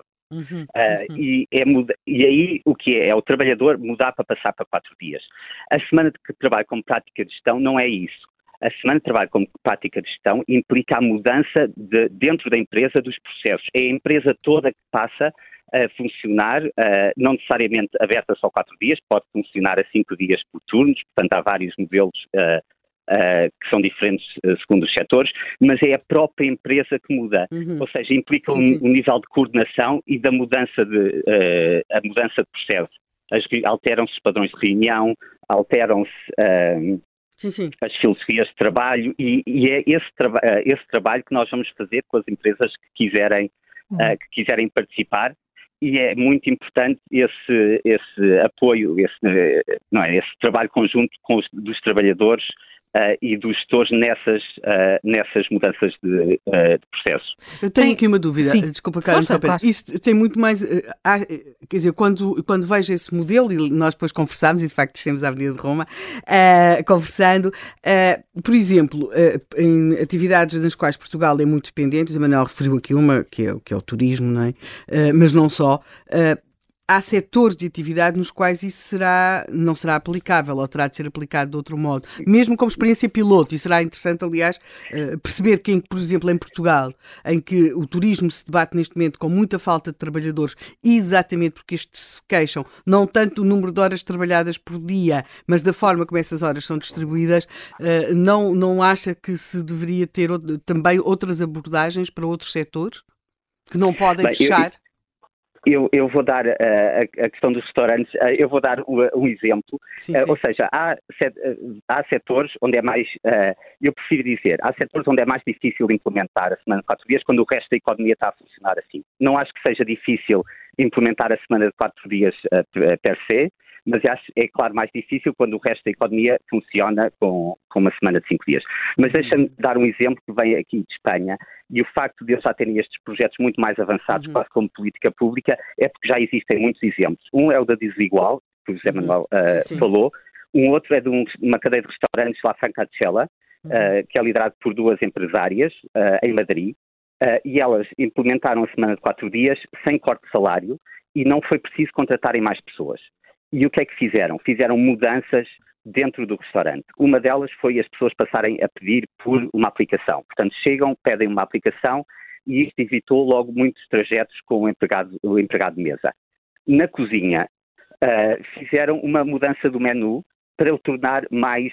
E aí o que é o trabalhador mudar para passar para 4 dias. A semana de trabalho como prática de gestão não é isso. A semana de trabalho como prática de gestão implica a mudança dentro da empresa dos processos. É a empresa toda que passa a funcionar, não necessariamente aberta só 4 dias, pode funcionar a 5 dias por turnos, portanto há vários modelos que são diferentes segundo os setores, mas é a própria empresa que muda, ou seja, implica um nível de coordenação e da mudança a mudança de processo. Alteram-se os padrões de reunião, alteram-se as filosofias de trabalho e é esse trabalho que nós vamos fazer com as empresas que quiserem participar. E é muito importante esse apoio, esse trabalho conjunto dos trabalhadores e dos gestores nessas mudanças de processo. Eu tenho aqui uma dúvida, desculpa, Carlos, claro. Isto tem muito mais, quer dizer, quando vejo esse modelo, e nós depois conversámos, e de facto descemos à Avenida de Roma, conversando, por exemplo, em atividades nas quais Portugal é muito dependente, o Manuel referiu aqui uma, que é o turismo, não é? Mas não só. Há setores de atividade nos quais isso não será aplicável ou terá de ser aplicado de outro modo, mesmo como experiência piloto, e será interessante, aliás, perceber que, por exemplo, em Portugal, em que o turismo se debate neste momento com muita falta de trabalhadores, exatamente porque estes se queixam, não tanto do número de horas trabalhadas por dia, mas da forma como essas horas são distribuídas, não acha que se deveria ter também outras abordagens para outros setores que não podem fechar? Eu vou dar a questão dos restaurantes, eu vou dar um exemplo, ou seja, há setores onde é mais, eu prefiro dizer, há setores onde é mais difícil implementar a semana de 4 dias quando o resto da economia está a funcionar assim. Não acho que seja difícil implementar a semana de 4 dias per se, mas acho, é claro, mais difícil quando o resto da economia funciona com uma semana de 5 dias. Mas deixa-me dar um exemplo que vem aqui de Espanha, e o facto de eles já terem estes projetos muito mais avançados, quase como política pública, é porque já existem muitos exemplos. Um é o da Desigual, que o José Manuel falou, um outro é de uma cadeia de restaurantes, La Francachela, que é liderado por 2 empresárias em Madrid, e elas implementaram a semana de 4 dias sem corte de salário e não foi preciso contratarem mais pessoas. E o que é que fizeram? Fizeram mudanças dentro do restaurante. Uma delas foi as pessoas passarem a pedir por uma aplicação. Portanto, chegam, pedem uma aplicação e isto evitou logo muitos trajetos com o empregado de mesa. Na cozinha, fizeram uma mudança do menu para o tornar mais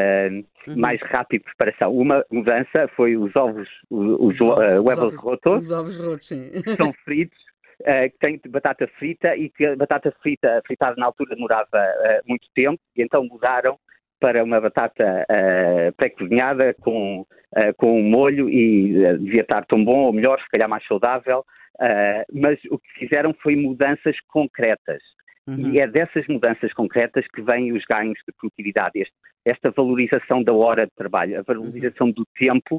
rápido de preparação. Uma mudança foi os ovos rotos. Os ovos rotos, sim. Que são fritos. Que tem batata frita e que a batata frita fritada na altura demorava muito tempo, e então mudaram para uma batata pré-cozinhada com um molho e devia estar tão bom ou melhor, se calhar mais saudável, mas o que fizeram foi mudanças concretas. E é dessas mudanças concretas que vêm os ganhos de produtividade, esta valorização da hora de trabalho, a valorização do tempo,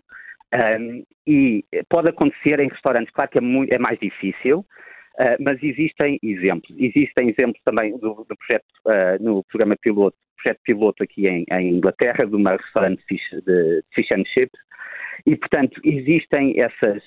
e pode acontecer em restaurantes, claro que é mais difícil, mas existem exemplos. Existem exemplos também do projeto, no programa piloto, projeto piloto aqui em Inglaterra, de uma restaurante de fish and chips, e portanto existem essas...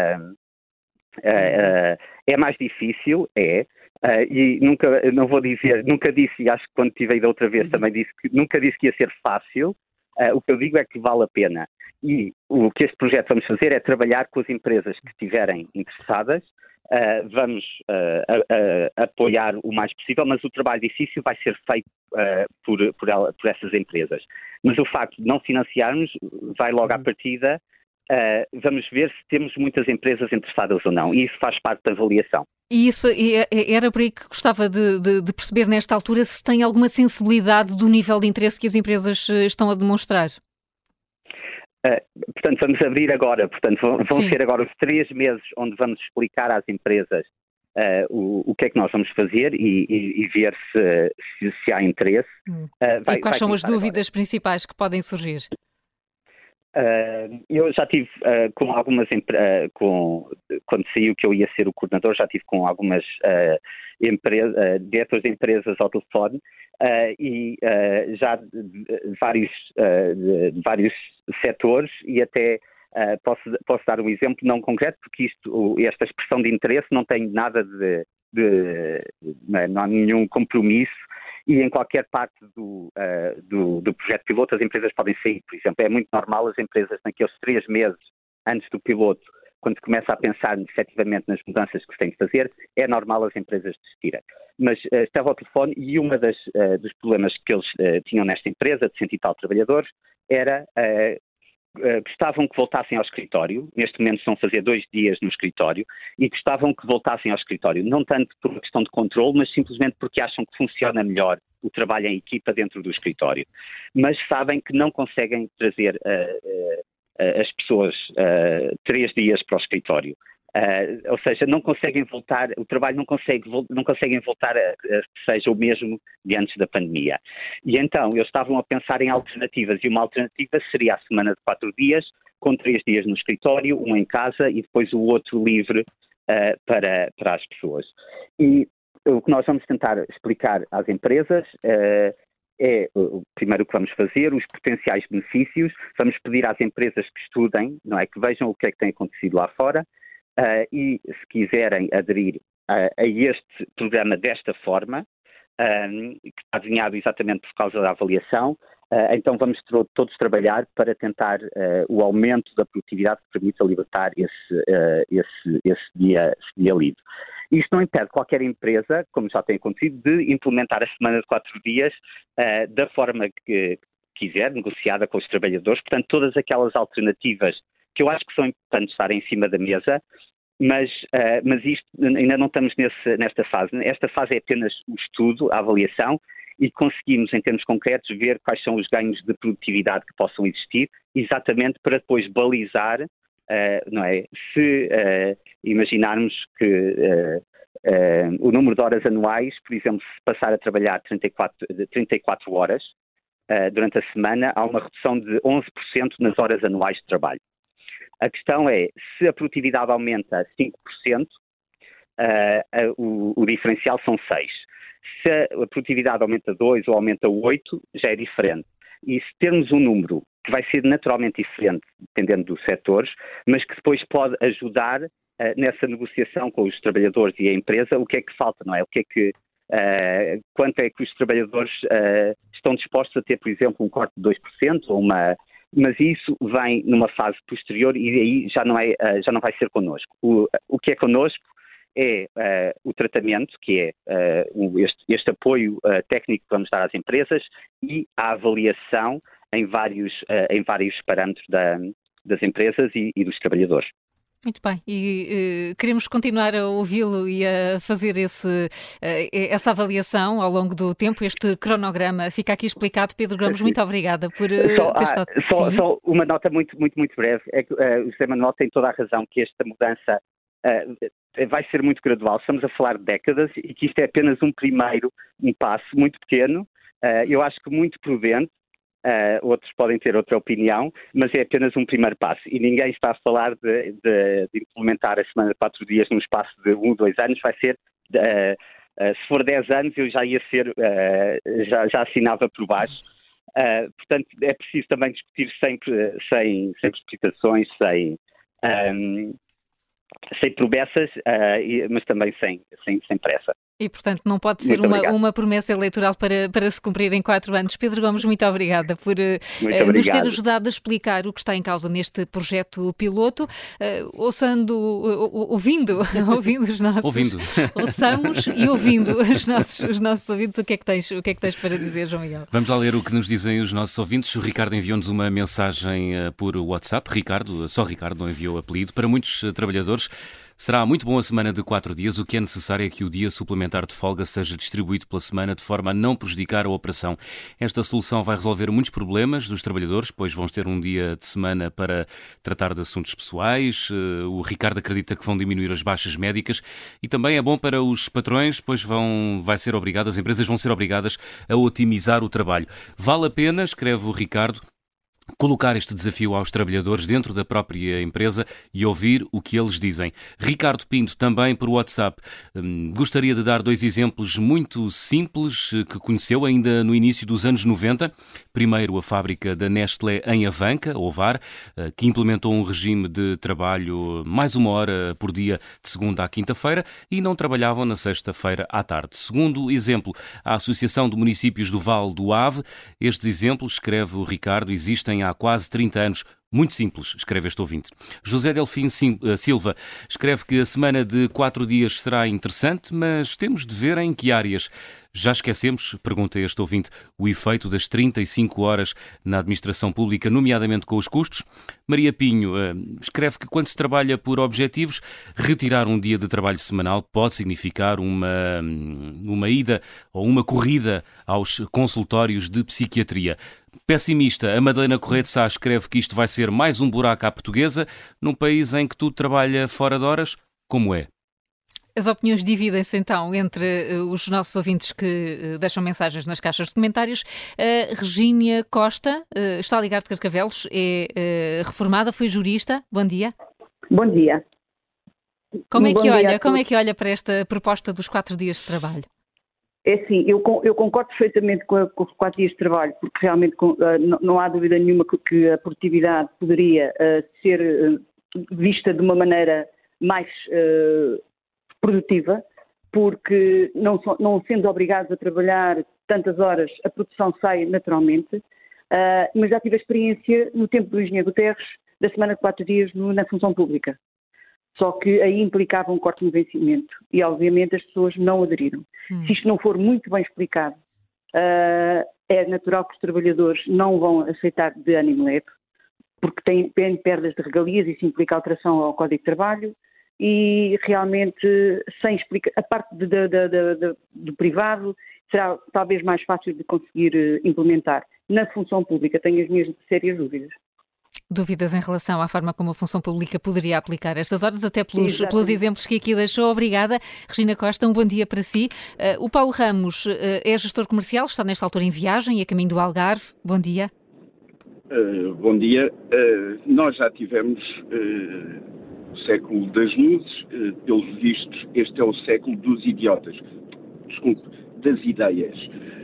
é mais difícil, e nunca disse, e acho que quando estive aí da outra vez também disse que nunca disse que ia ser fácil. O que eu digo é que vale a pena. E o que este projeto vamos fazer é trabalhar com as empresas que estiverem interessadas vamos apoiar o mais possível, mas o trabalho difícil vai ser feito por essas empresas. Mas o facto de não financiarmos vai logo à partida. Vamos ver se temos muitas empresas interessadas ou não, e isso faz parte da avaliação. E isso era por aí que gostava de perceber nesta altura se tem alguma sensibilidade do nível de interesse que as empresas estão a demonstrar. Portanto, vamos abrir agora, vão ser agora os 3 meses onde vamos explicar às empresas o que é que nós vamos fazer e ver se há interesse. E quais são as dúvidas principais que podem surgir? Eu já tive com algumas empresas, quando saiu que eu ia ser o coordenador, já tive com algumas diretores de empresas ao telefone e já de vários setores, e até posso dar um exemplo não concreto, porque esta expressão de interesse não tem nada não há nenhum compromisso. E em qualquer parte do projeto piloto as empresas podem sair. Por exemplo, é muito normal as empresas naqueles 3 meses antes do piloto, quando começa a pensar efetivamente nas mudanças que se tem de fazer, é normal as empresas desistirem. Mas estava ao telefone e um dos problemas que eles tinham nesta empresa, de 100 e tal trabalhadores, era gostavam que voltassem ao escritório. Neste momento estão a fazer 2 dias no escritório e gostavam que voltassem ao escritório, não tanto por uma questão de controle, mas simplesmente porque acham que funciona melhor o trabalho em equipa dentro do escritório. Mas sabem que não conseguem trazer as pessoas 3 dias para o escritório. Ou seja, não conseguem voltar, o trabalho não conseguem voltar a que seja o mesmo de antes da pandemia. E então, eles estavam a pensar em alternativas, e uma alternativa seria a semana de 4 dias, com 3 dias no escritório, um em casa e depois o outro livre para as pessoas. E o que nós vamos tentar explicar às empresas é, primeiro, o que vamos fazer, os potenciais benefícios. Vamos pedir às empresas que estudem, não é, que vejam o que é que tem acontecido lá fora, e se quiserem aderir a este programa desta forma, que está desenhado exatamente por causa da avaliação, então vamos todos trabalhar para tentar o aumento da produtividade que permita libertar esse dia livre. Isto não impede qualquer empresa, como já tem acontecido, de implementar a semana de 4 dias da forma que quiser, negociada com os trabalhadores. Portanto, todas aquelas alternativas que eu acho que são importantes estar em cima da mesa, mas isto ainda não estamos nesta fase. Esta fase é apenas o estudo, a avaliação, e conseguimos, em termos concretos, ver quais são os ganhos de produtividade que possam existir, exatamente para depois balizar, não é? Se imaginarmos que o número de horas anuais, por exemplo, se passar a trabalhar 34 horas durante a semana, há uma redução de 11% nas horas anuais de trabalho. A questão é, se a produtividade aumenta 5%, o diferencial são 6%. Se a produtividade aumenta 2% ou aumenta 8%, já é diferente. E se termos um número que vai ser naturalmente diferente, dependendo dos setores, mas que depois pode ajudar nessa negociação com os trabalhadores e a empresa, o que é que falta, não é? O que é que, quanto é que os trabalhadores estão dispostos a ter, por exemplo, um corte de 2% ou mas isso vem numa fase posterior e aí já não vai ser connosco. O que é connosco é o tratamento, que é este apoio técnico que vamos dar às empresas, e a avaliação em vários parâmetros das empresas e dos trabalhadores. Muito bem, e queremos continuar a ouvi-lo e a fazer essa avaliação ao longo do tempo. Este cronograma fica aqui explicado. Pedro Gramos, muito obrigada por ter estado... Só uma nota muito, muito, muito breve. É que o José Manuel tem toda a razão que esta mudança vai ser muito gradual. Estamos a falar de décadas e que isto é apenas um passo muito pequeno, eu acho que muito prudente. Outros podem ter outra opinião, mas é apenas um primeiro passo e ninguém está a falar de implementar a semana de 4 dias num espaço de 1 ou 2 anos. Vai ser, se for 10 anos eu já ia ser, já assinava por baixo. Portanto, é preciso também discutir sempre sem precipitações, sem promessas, mas também sem pressa. E, portanto, não pode ser uma promessa eleitoral para se cumprir em 4 anos. Pedro Gomes, muito obrigada por nos ter ajudado a explicar o que está em causa neste projeto piloto. Ouvindo os nossos... Ouçamos e ouvindo os nossos ouvintes. O que é que tens para dizer, João Miguel? Vamos lá ler o que nos dizem os nossos ouvintes. O Ricardo enviou-nos uma mensagem por WhatsApp. Só Ricardo não enviou apelido. Para muitos trabalhadores, será muito bom a semana de 4 dias. O que é necessário é que o dia suplementar de folga seja distribuído pela semana de forma a não prejudicar a operação. Esta solução vai resolver muitos problemas dos trabalhadores, pois vão ter um dia de semana para tratar de assuntos pessoais. O Ricardo acredita que vão diminuir as baixas médicas e também é bom para os patrões, pois as empresas vão ser obrigadas a otimizar o trabalho. Vale a pena, escreve o Ricardo, colocar este desafio aos trabalhadores dentro da própria empresa e ouvir o que eles dizem. Ricardo Pinto, também por WhatsApp, gostaria de dar 2 exemplos muito simples que conheceu ainda no início dos anos 90. Primeiro, a fábrica da Nestlé em Avanca, Ovar, que implementou um regime de trabalho mais 1 hora por dia de segunda à quinta-feira e não trabalhavam na sexta-feira à tarde. Segundo exemplo, a Associação de Municípios do Val do Ave. Estes exemplos, escreve o Ricardo, existem há quase 30 anos. Muito simples, escreve este ouvinte. José Delfim Silva escreve que a semana de 4 dias será interessante, mas temos de ver em que áreas. Já esquecemos, pergunta este ouvinte, o efeito das 35 horas na administração pública, nomeadamente com os custos? Maria Pinho escreve que quando se trabalha por objetivos, retirar um dia de trabalho semanal pode significar uma ida ou uma corrida aos consultórios de psiquiatria. Pessimista, a Madalena Correia de Sá escreve que isto vai ser mais um buraco à portuguesa, num país em que tudo trabalha fora de horas. Como é? As opiniões dividem-se então entre os nossos ouvintes que deixam mensagens nas caixas de comentários. Regínia Costa está a ligar de Carcavelos, é reformada, foi jurista. Bom dia. Bom dia. Como é que olha para esta proposta dos 4 dias de trabalho? É assim, eu concordo perfeitamente com os 4 dias de trabalho, porque realmente não há dúvida nenhuma que a produtividade poderia ser vista de uma maneira mais produtiva, porque não sendo obrigados a trabalhar tantas horas, a produção sai naturalmente, mas já tive a experiência no tempo do engenheiro Guterres da semana de 4 dias na função pública. Só que aí implicava um corte no vencimento e, obviamente, as pessoas não aderiram. Se isto não for muito bem explicado, é natural que os trabalhadores não vão aceitar de ânimo leve, porque têm perdas de regalias, isso implica alteração ao Código de Trabalho e, realmente, sem explicar, a parte do privado será talvez mais fácil de conseguir implementar. Na função pública tenho as minhas sérias dúvidas. Dúvidas em relação à forma como a função pública poderia aplicar estas horas, até pelos exemplos que aqui deixou. Obrigada. Regina Costa, um bom dia para si. O Paulo Ramos é gestor comercial, está nesta altura em viagem e a caminho do Algarve. Bom dia. Bom dia. Nós já tivemos o século das luzes, pelos vistos, este é o século dos idiotas. Desculpe, das ideias.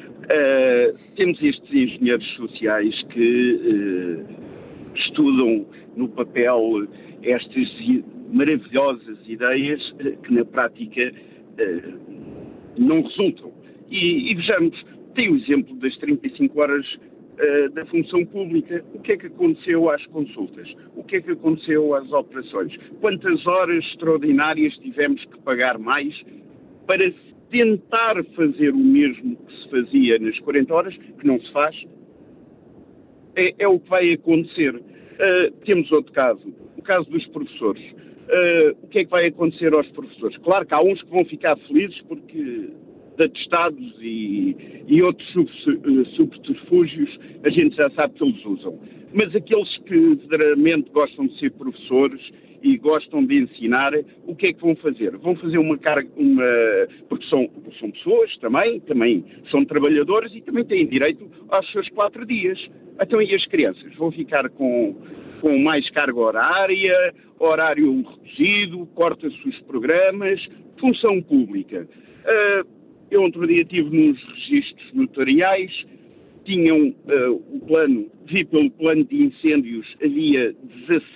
Temos estes engenheiros sociais que estudam no papel estas maravilhosas ideias que na prática não resultam. E vejamos, tem o exemplo das 35 horas da função pública. O que é que aconteceu às consultas? O que é que aconteceu às operações? Quantas horas extraordinárias tivemos que pagar mais para tentar fazer o mesmo que se fazia nas 40 horas, que não se faz? É o que vai acontecer. Temos outro caso, o caso dos professores. O que é que vai acontecer aos professores? Claro que há uns que vão ficar felizes porque de atestados e outros subterfúgios a gente já sabe que eles usam. Mas aqueles que verdadeiramente gostam de ser professores e gostam de ensinar, o que é que vão fazer? Vão fazer uma carga, porque são pessoas também são trabalhadores e também têm direito aos seus 4 dias. Então, e as crianças? Vão ficar com mais carga horária, horário reduzido, corta-se os programas, função pública. Eu outro dia estive nos registros notariais, tinham o plano, vi pelo plano de incêndios, havia 17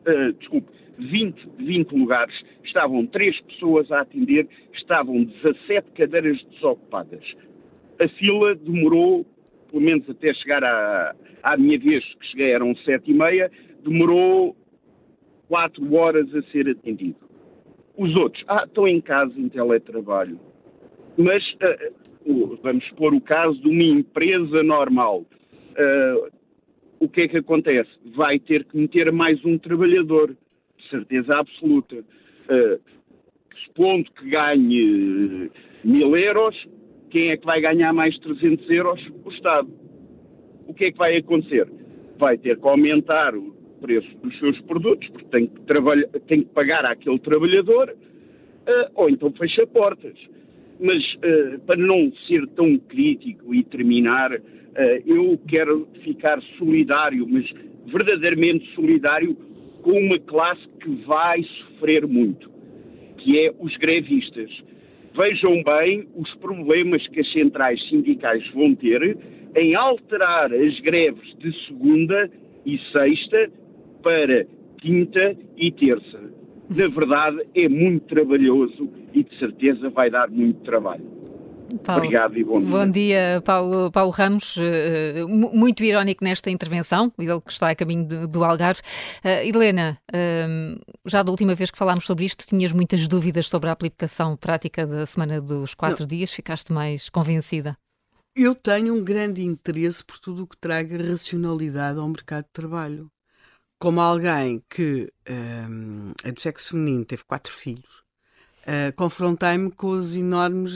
20 lugares, estavam 3 pessoas a atender, estavam 17 cadeiras desocupadas. A fila demorou, pelo menos até chegar à minha vez, que cheguei eram 7h30, demorou 4 horas a ser atendido. Os outros, estão em casa em teletrabalho. Mas vamos pôr o caso de uma empresa normal. O que é que acontece? Vai ter que meter mais um trabalhador, de certeza absoluta. Supondo que ganhe 1.000 euros, quem é que vai ganhar mais 300 euros? O Estado. O que é que vai acontecer? Vai ter que aumentar o preço dos seus produtos, porque tem que pagar àquele trabalhador, ou então fecha portas. Mas, para não ser tão crítico e terminar, eu quero ficar solidário, mas verdadeiramente solidário, com uma classe que vai sofrer muito, que é os grevistas. Vejam bem os problemas que as centrais sindicais vão ter em alterar as greves de segunda e sexta para quinta e terça. Na verdade, é muito trabalhoso e de certeza vai dar muito trabalho. Paulo, obrigado e bom dia. Bom dia, Paulo Ramos, muito irónico nesta intervenção, ele que está a caminho do Algarve. Helena, já da última vez que falámos sobre isto, tinhas muitas dúvidas sobre a aplicação prática da semana dos 4 dias, ficaste mais convencida? Eu tenho um grande interesse por tudo o que traga racionalidade ao mercado de trabalho. Como alguém que é do sexo feminino, teve 4 filhos, confrontei-me com os enormes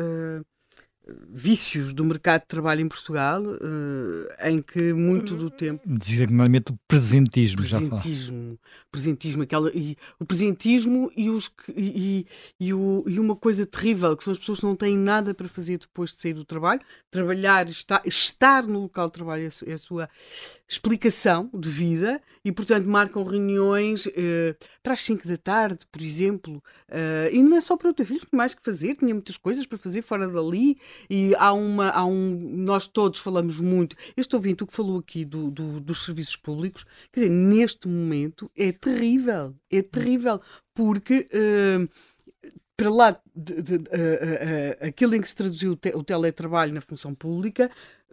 vícios do mercado de trabalho em Portugal, em que muito do tempo... Designadamente o presentismo. Presentismo, o presentismo e uma coisa terrível, que são as pessoas que não têm nada para fazer depois de sair do trabalho. Trabalhar, estar no local de trabalho é a sua explicação de vida e, portanto, marcam reuniões para as 5 da tarde, por exemplo, e não é só para eu ter filhos, tinha mais que fazer, tinha muitas coisas para fazer fora dali. E nós todos falamos muito, este ouvinte, o que falou aqui dos serviços públicos, quer dizer, neste momento é terrível, porque para lá aquilo em que se traduziu o teletrabalho na função pública,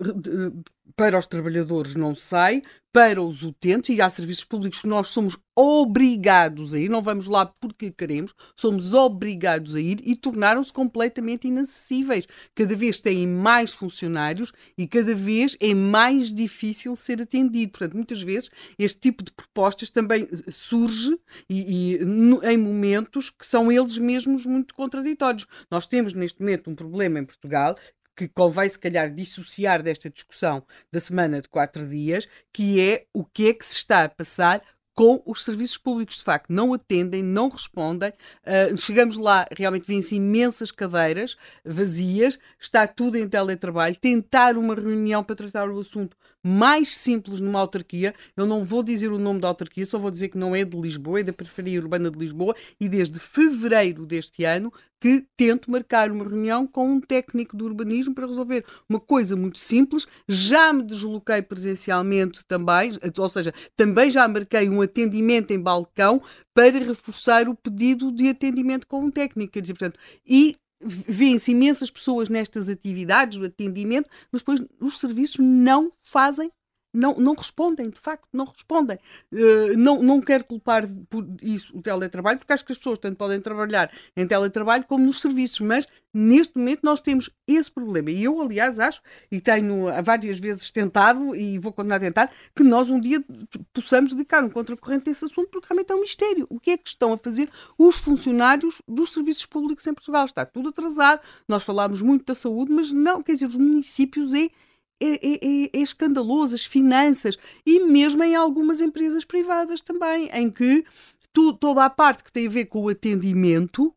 para os trabalhadores não sai, para os utentes, e há serviços públicos que nós somos obrigados a ir, não vamos lá porque queremos, somos obrigados a ir, e tornaram-se completamente inacessíveis. Cada vez têm mais funcionários e cada vez é mais difícil ser atendido. Portanto, muitas vezes este tipo de propostas também surge em momentos que são eles mesmos muito contraditórios. Nós temos neste momento um problema em Portugal que convém, se calhar, dissociar desta discussão da semana de 4 dias, que é o que é que se está a passar com os serviços públicos. De facto, não atendem, não respondem. Chegamos lá, realmente vêm-se imensas cadeiras vazias, está tudo em teletrabalho. Tentar uma reunião para tratar o assunto mais simples numa autarquia, eu não vou dizer o nome da autarquia, só vou dizer que não é de Lisboa, é da periferia urbana de Lisboa, e desde fevereiro deste ano que tento marcar uma reunião com um técnico de urbanismo para resolver uma coisa muito simples. Já me desloquei presencialmente também, ou seja, também já marquei um atendimento em balcão para reforçar o pedido de atendimento com um técnico, quer dizer, portanto, e vêem-se imensas pessoas nestas atividades do atendimento, mas depois os serviços não fazem, não respondem, de facto, não respondem. Não quero culpar por isso o teletrabalho, porque acho que as pessoas tanto podem trabalhar em teletrabalho como nos serviços, mas neste momento nós temos esse problema. E eu, aliás, acho, e tenho várias vezes tentado, e vou continuar a tentar, que nós um dia possamos dedicar um contracorrente a esse assunto, porque realmente é um mistério. O que é que estão a fazer os funcionários dos serviços públicos em Portugal? Está tudo atrasado. Nós falámos muito da saúde, mas não, quer dizer, os municípios é escandaloso, as finanças, e mesmo em algumas empresas privadas também, em que toda a parte que tem a ver com o atendimento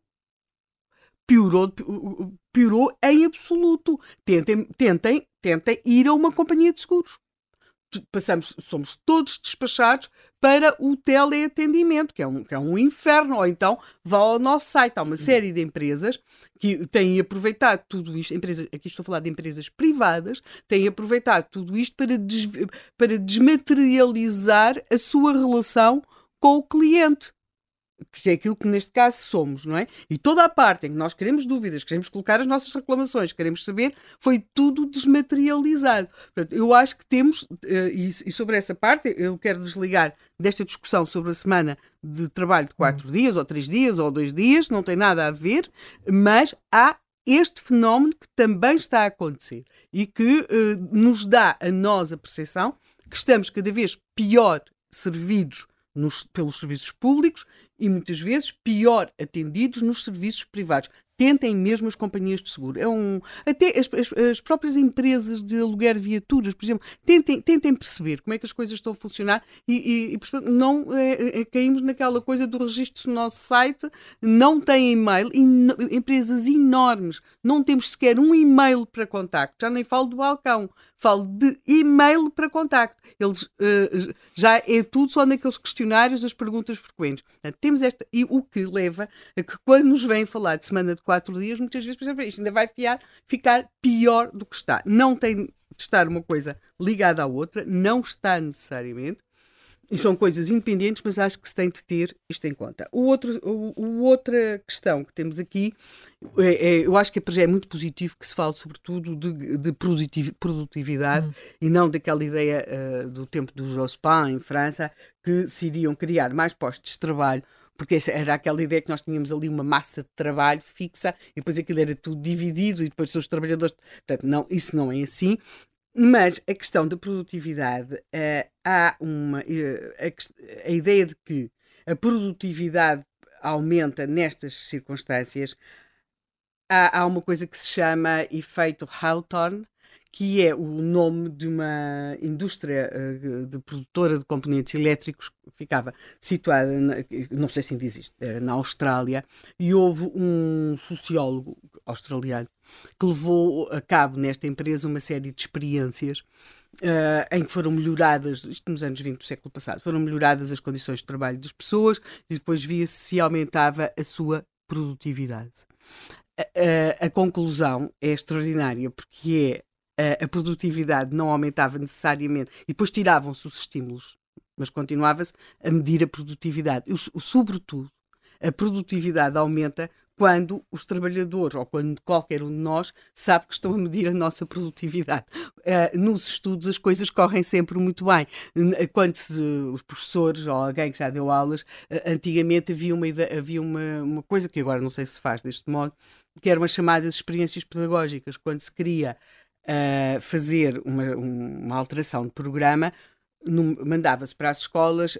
piorou em absoluto. Tentem ir a uma companhia de seguros. Somos todos despachados para o teleatendimento, que é um inferno, ou então vá ao nosso site. Há uma série de empresas que têm aproveitado tudo isto, aqui estou a falar de empresas privadas, têm aproveitado tudo isto para desmaterializar a sua relação com o cliente, que é aquilo que neste caso somos, não é? E toda a parte em que nós queremos dúvidas, queremos colocar as nossas reclamações, queremos saber, foi tudo desmaterializado. Portanto, eu acho que temos, e sobre essa parte, eu quero desligar desta discussão sobre a semana de trabalho de 4 dias, ou 3 dias, ou 2 dias, não tem nada a ver, mas há este fenómeno que também está a acontecer e que nos dá a nós a percepção que estamos cada vez pior servidos pelos serviços públicos e muitas vezes pior atendidos nos serviços privados. Tentem mesmo as companhias de seguro. Até as próprias empresas de aluguer de viaturas, por exemplo, tentem perceber como é que as coisas estão a funcionar e não caímos naquela coisa do registro no nosso site, não tem e-mail, empresas enormes, não temos sequer um e-mail para contacto, já nem falo do balcão, falo de e-mail para contacto. Eles já é tudo só naqueles questionários, as perguntas frequentes. Portanto, temos e o que leva a que quando nos vêm falar de semana de 4 dias, muitas vezes, por exemplo, isto ainda vai ficar pior do que está. Não tem de estar uma coisa ligada à outra, não está necessariamente, e são coisas independentes, mas acho que se tem de ter isto em conta. Outra questão que temos aqui, eu acho que é muito positivo que se fale sobretudo de produtividade e não daquela ideia do tempo do Jospin em França, que se iriam criar mais postos de trabalho, porque era aquela ideia que nós tínhamos ali uma massa de trabalho fixa e depois aquilo era tudo dividido e depois os trabalhadores... Portanto, não, isso não é assim. Mas a questão da produtividade, há a ideia de que a produtividade aumenta nestas circunstâncias. Há uma coisa que se chama efeito Hawthorne, que é o nome de uma indústria de produtora de componentes elétricos que ficava situada, não sei se ainda existe, era na Austrália, e houve um sociólogo australiano que levou a cabo nesta empresa uma série de experiências em que foram melhoradas, isto nos anos 20 do século passado, foram melhoradas as condições de trabalho das pessoas e depois via-se se aumentava a sua produtividade. A conclusão é extraordinária, porque a produtividade não aumentava necessariamente e depois tiravam-se os estímulos, mas continuava-se a medir a produtividade. Sobretudo, a produtividade aumenta quando os trabalhadores, ou quando qualquer um de nós, sabe que estão a medir a nossa produtividade. Nos estudos as coisas correm sempre muito bem. Quando os professores ou alguém que já deu aulas, antigamente havia uma coisa que agora não sei se faz deste modo, que eram as chamadas experiências pedagógicas. Quando se queria fazer uma alteração de programa, mandava-se para as escolas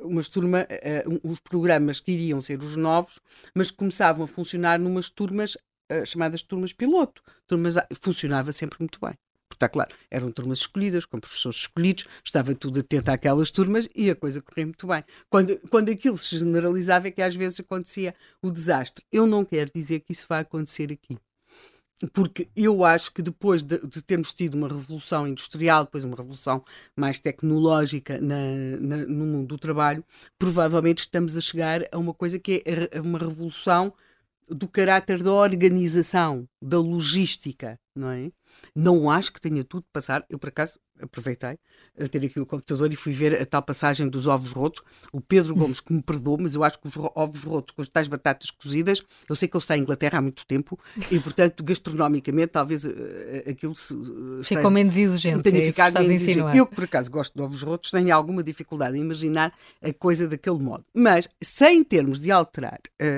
os programas que iriam ser os novos, mas que começavam a funcionar numas turmas chamadas turmas piloto. Funcionava sempre muito bem. Porque está claro, eram turmas escolhidas, com professores escolhidos, estava tudo atento àquelas turmas e a coisa corria muito bem. Quando aquilo se generalizava é que às vezes acontecia o desastre. Eu não quero dizer que isso vai acontecer aqui. Porque eu acho que depois de termos tido uma revolução industrial, depois uma revolução mais tecnológica no mundo do trabalho, provavelmente estamos a chegar a uma coisa que é uma revolução do caráter da organização, da logística, não é? Não acho que tenha tudo de passar. Eu, por acaso, aproveitei a ter aqui o computador e fui ver a tal passagem dos ovos rotos. O Pedro Gomes, que me perdoou, mas eu acho que os ovos rotos com as tais batatas cozidas, eu sei que ele está em Inglaterra há muito tempo e, portanto, gastronomicamente, talvez aquilo ficou menos exigente. Tenha ficado menos exigente. Eu, que por acaso gosto de ovos rotos, tenho alguma dificuldade em imaginar a coisa daquele modo. Mas, sem termos de alterar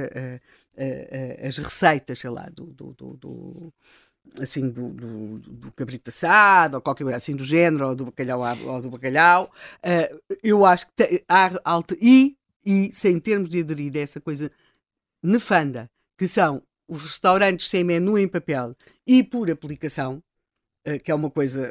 as receitas, sei lá, do cabrito assado, ou qualquer coisa assim do género, ou do bacalhau, eu acho que há alta e sem termos de aderir a essa coisa nefanda, que são os restaurantes sem menu em papel e por aplicação, que é uma coisa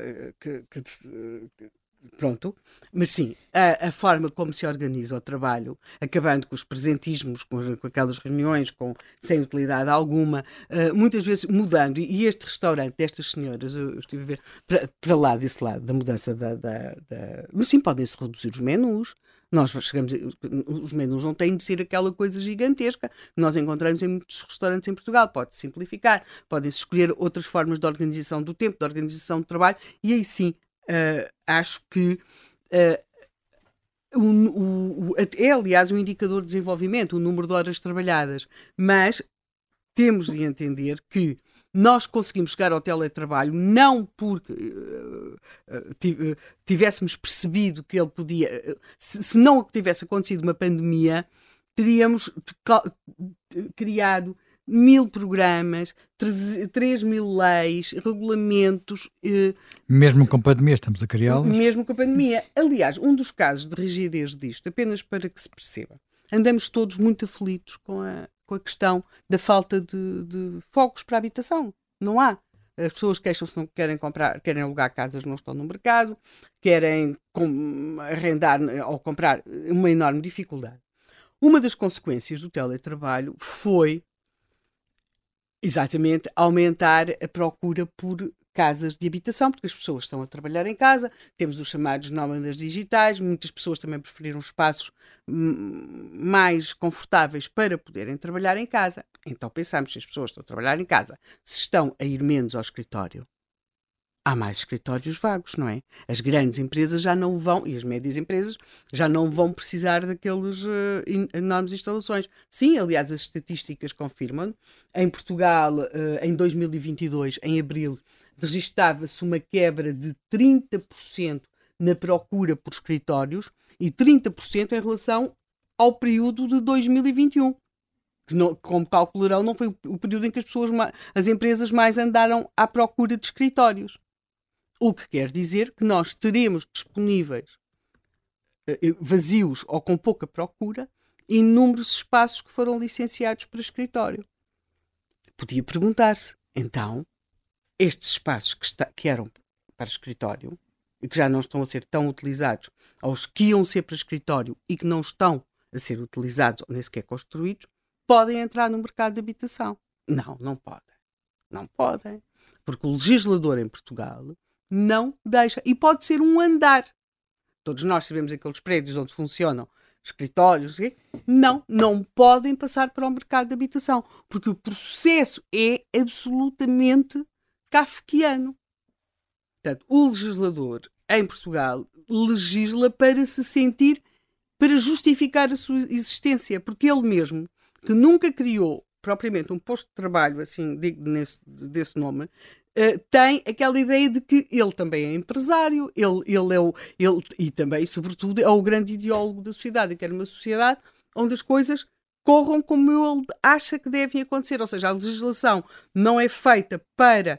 pronto, mas sim, a forma como se organiza o trabalho, acabando com os presentismos, com aquelas reuniões sem utilidade alguma, muitas vezes mudando, e este restaurante destas senhoras, eu estive a ver para lá desse lado da mudança mas sim, podem-se reduzir os menus. Nós chegamos, os menus não têm de ser aquela coisa gigantesca que nós encontramos em muitos restaurantes em Portugal. Pode-se simplificar, podem-se escolher outras formas de organização do tempo, de organização do trabalho, e aí sim, acho que é, aliás, um indicador de desenvolvimento, o número de horas trabalhadas, mas temos de entender que nós conseguimos chegar ao teletrabalho não porque tivéssemos percebido que ele podia... Se não tivesse acontecido uma pandemia, teríamos criado 1000 programas, 3.000 leis, regulamentos... Mesmo com pandemia estamos a criá-las? Mesmo com a pandemia. Aliás, um dos casos de rigidez disto, apenas para que se perceba, andamos todos muito aflitos com a questão da falta de fogos para a habitação. Não há. As pessoas queixam-se, não querem comprar, querem alugar casas, não estão no mercado, querem arrendar ou comprar, uma enorme dificuldade. Uma das consequências do teletrabalho foi exatamente aumentar a procura por casas de habitação, porque as pessoas estão a trabalhar em casa, temos os chamados nómadas digitais, muitas pessoas também preferiram espaços mais confortáveis para poderem trabalhar em casa. Então pensamos, se as pessoas estão a trabalhar em casa, se estão a ir menos ao escritório, há mais escritórios vagos, não é? As grandes empresas já não vão, e as médias empresas, já não vão precisar daquelas enormes instalações. Sim, aliás, as estatísticas confirmam. Em Portugal, em 2022, em abril, registava-se uma quebra de 30% na procura por escritórios e 30% em relação ao período de 2021. Que não, como calcularão, não foi o período em que as empresas mais andaram à procura de escritórios. O que quer dizer que nós teremos disponíveis, vazios ou com pouca procura, inúmeros espaços que foram licenciados para escritório. Podia perguntar-se, então, estes espaços que eram para escritório e que já não estão a ser tão utilizados, ou os que iam ser para escritório e que não estão a ser utilizados ou nem sequer construídos, podem entrar no mercado de habitação? Não, não podem. Não podem. Porque o legislador em Portugal não deixa. E pode ser um andar. Todos nós sabemos aqueles prédios onde funcionam escritórios, não podem passar para o mercado de habitação. Porque o processo é absolutamente kafkiano. Portanto, o legislador em Portugal legisla para se sentir, para justificar a sua existência. Porque ele mesmo, que nunca criou propriamente um posto de trabalho assim digno desse nome, tem aquela ideia de que ele também é empresário, e também, sobretudo, é o grande ideólogo da sociedade, e quer uma sociedade onde as coisas corram como ele acha que devem acontecer. Ou seja, a legislação não é feita para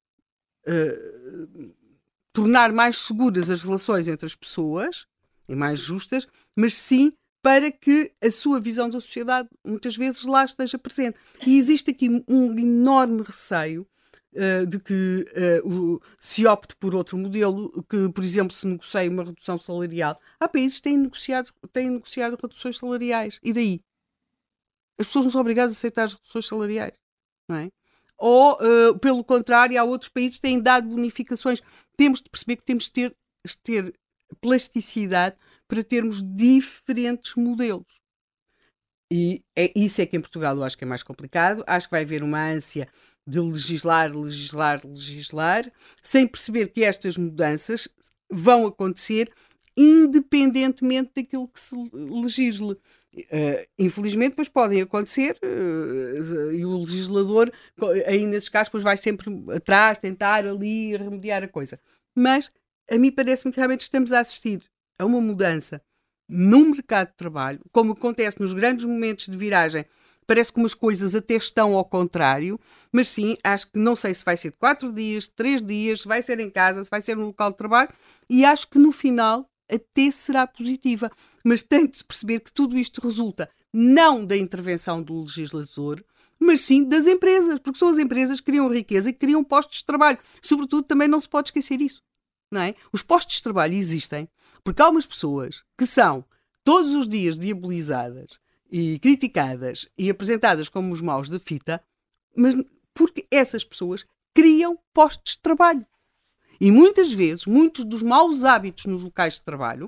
tornar mais seguras as relações entre as pessoas e mais justas, mas sim para que a sua visão da sociedade muitas vezes lá esteja presente. E existe aqui um enorme receio de que se opte por outro modelo, que, por exemplo, se negocie uma redução salarial. Há países que têm negociado reduções salariais. E daí? As pessoas não são obrigadas a aceitar as reduções salariais, não é? Ou, pelo contrário, há outros países que têm dado bonificações. Temos de perceber que temos de ter plasticidade para termos diferentes modelos. E isso é que em Portugal eu acho que é mais complicado. Acho que vai haver uma ânsia de legislar, sem perceber que estas mudanças vão acontecer independentemente daquilo que se legisle. Infelizmente, depois podem acontecer e o legislador, aí nesses casos, depois vai sempre atrás, tentar ali remediar a coisa. Mas a mim parece-me que realmente estamos a assistir a uma mudança no mercado de trabalho, como acontece nos grandes momentos de viragem. Parece que umas coisas até estão ao contrário, mas sim, acho que não sei se vai ser de 4 dias, 3 dias, se vai ser em casa, se vai ser no local de trabalho, e acho que no final até será positiva. Mas tem de se perceber que tudo isto resulta não da intervenção do legislador, mas sim das empresas, porque são as empresas que criam riqueza e que criam postos de trabalho. Sobretudo, também não se pode esquecer isso, não é? Os postos de trabalho existem porque há umas pessoas que são todos os dias diabolizadas e criticadas e apresentadas como os maus da fita, mas porque essas pessoas criam postos de trabalho. E muitas vezes, muitos dos maus hábitos nos locais de trabalho,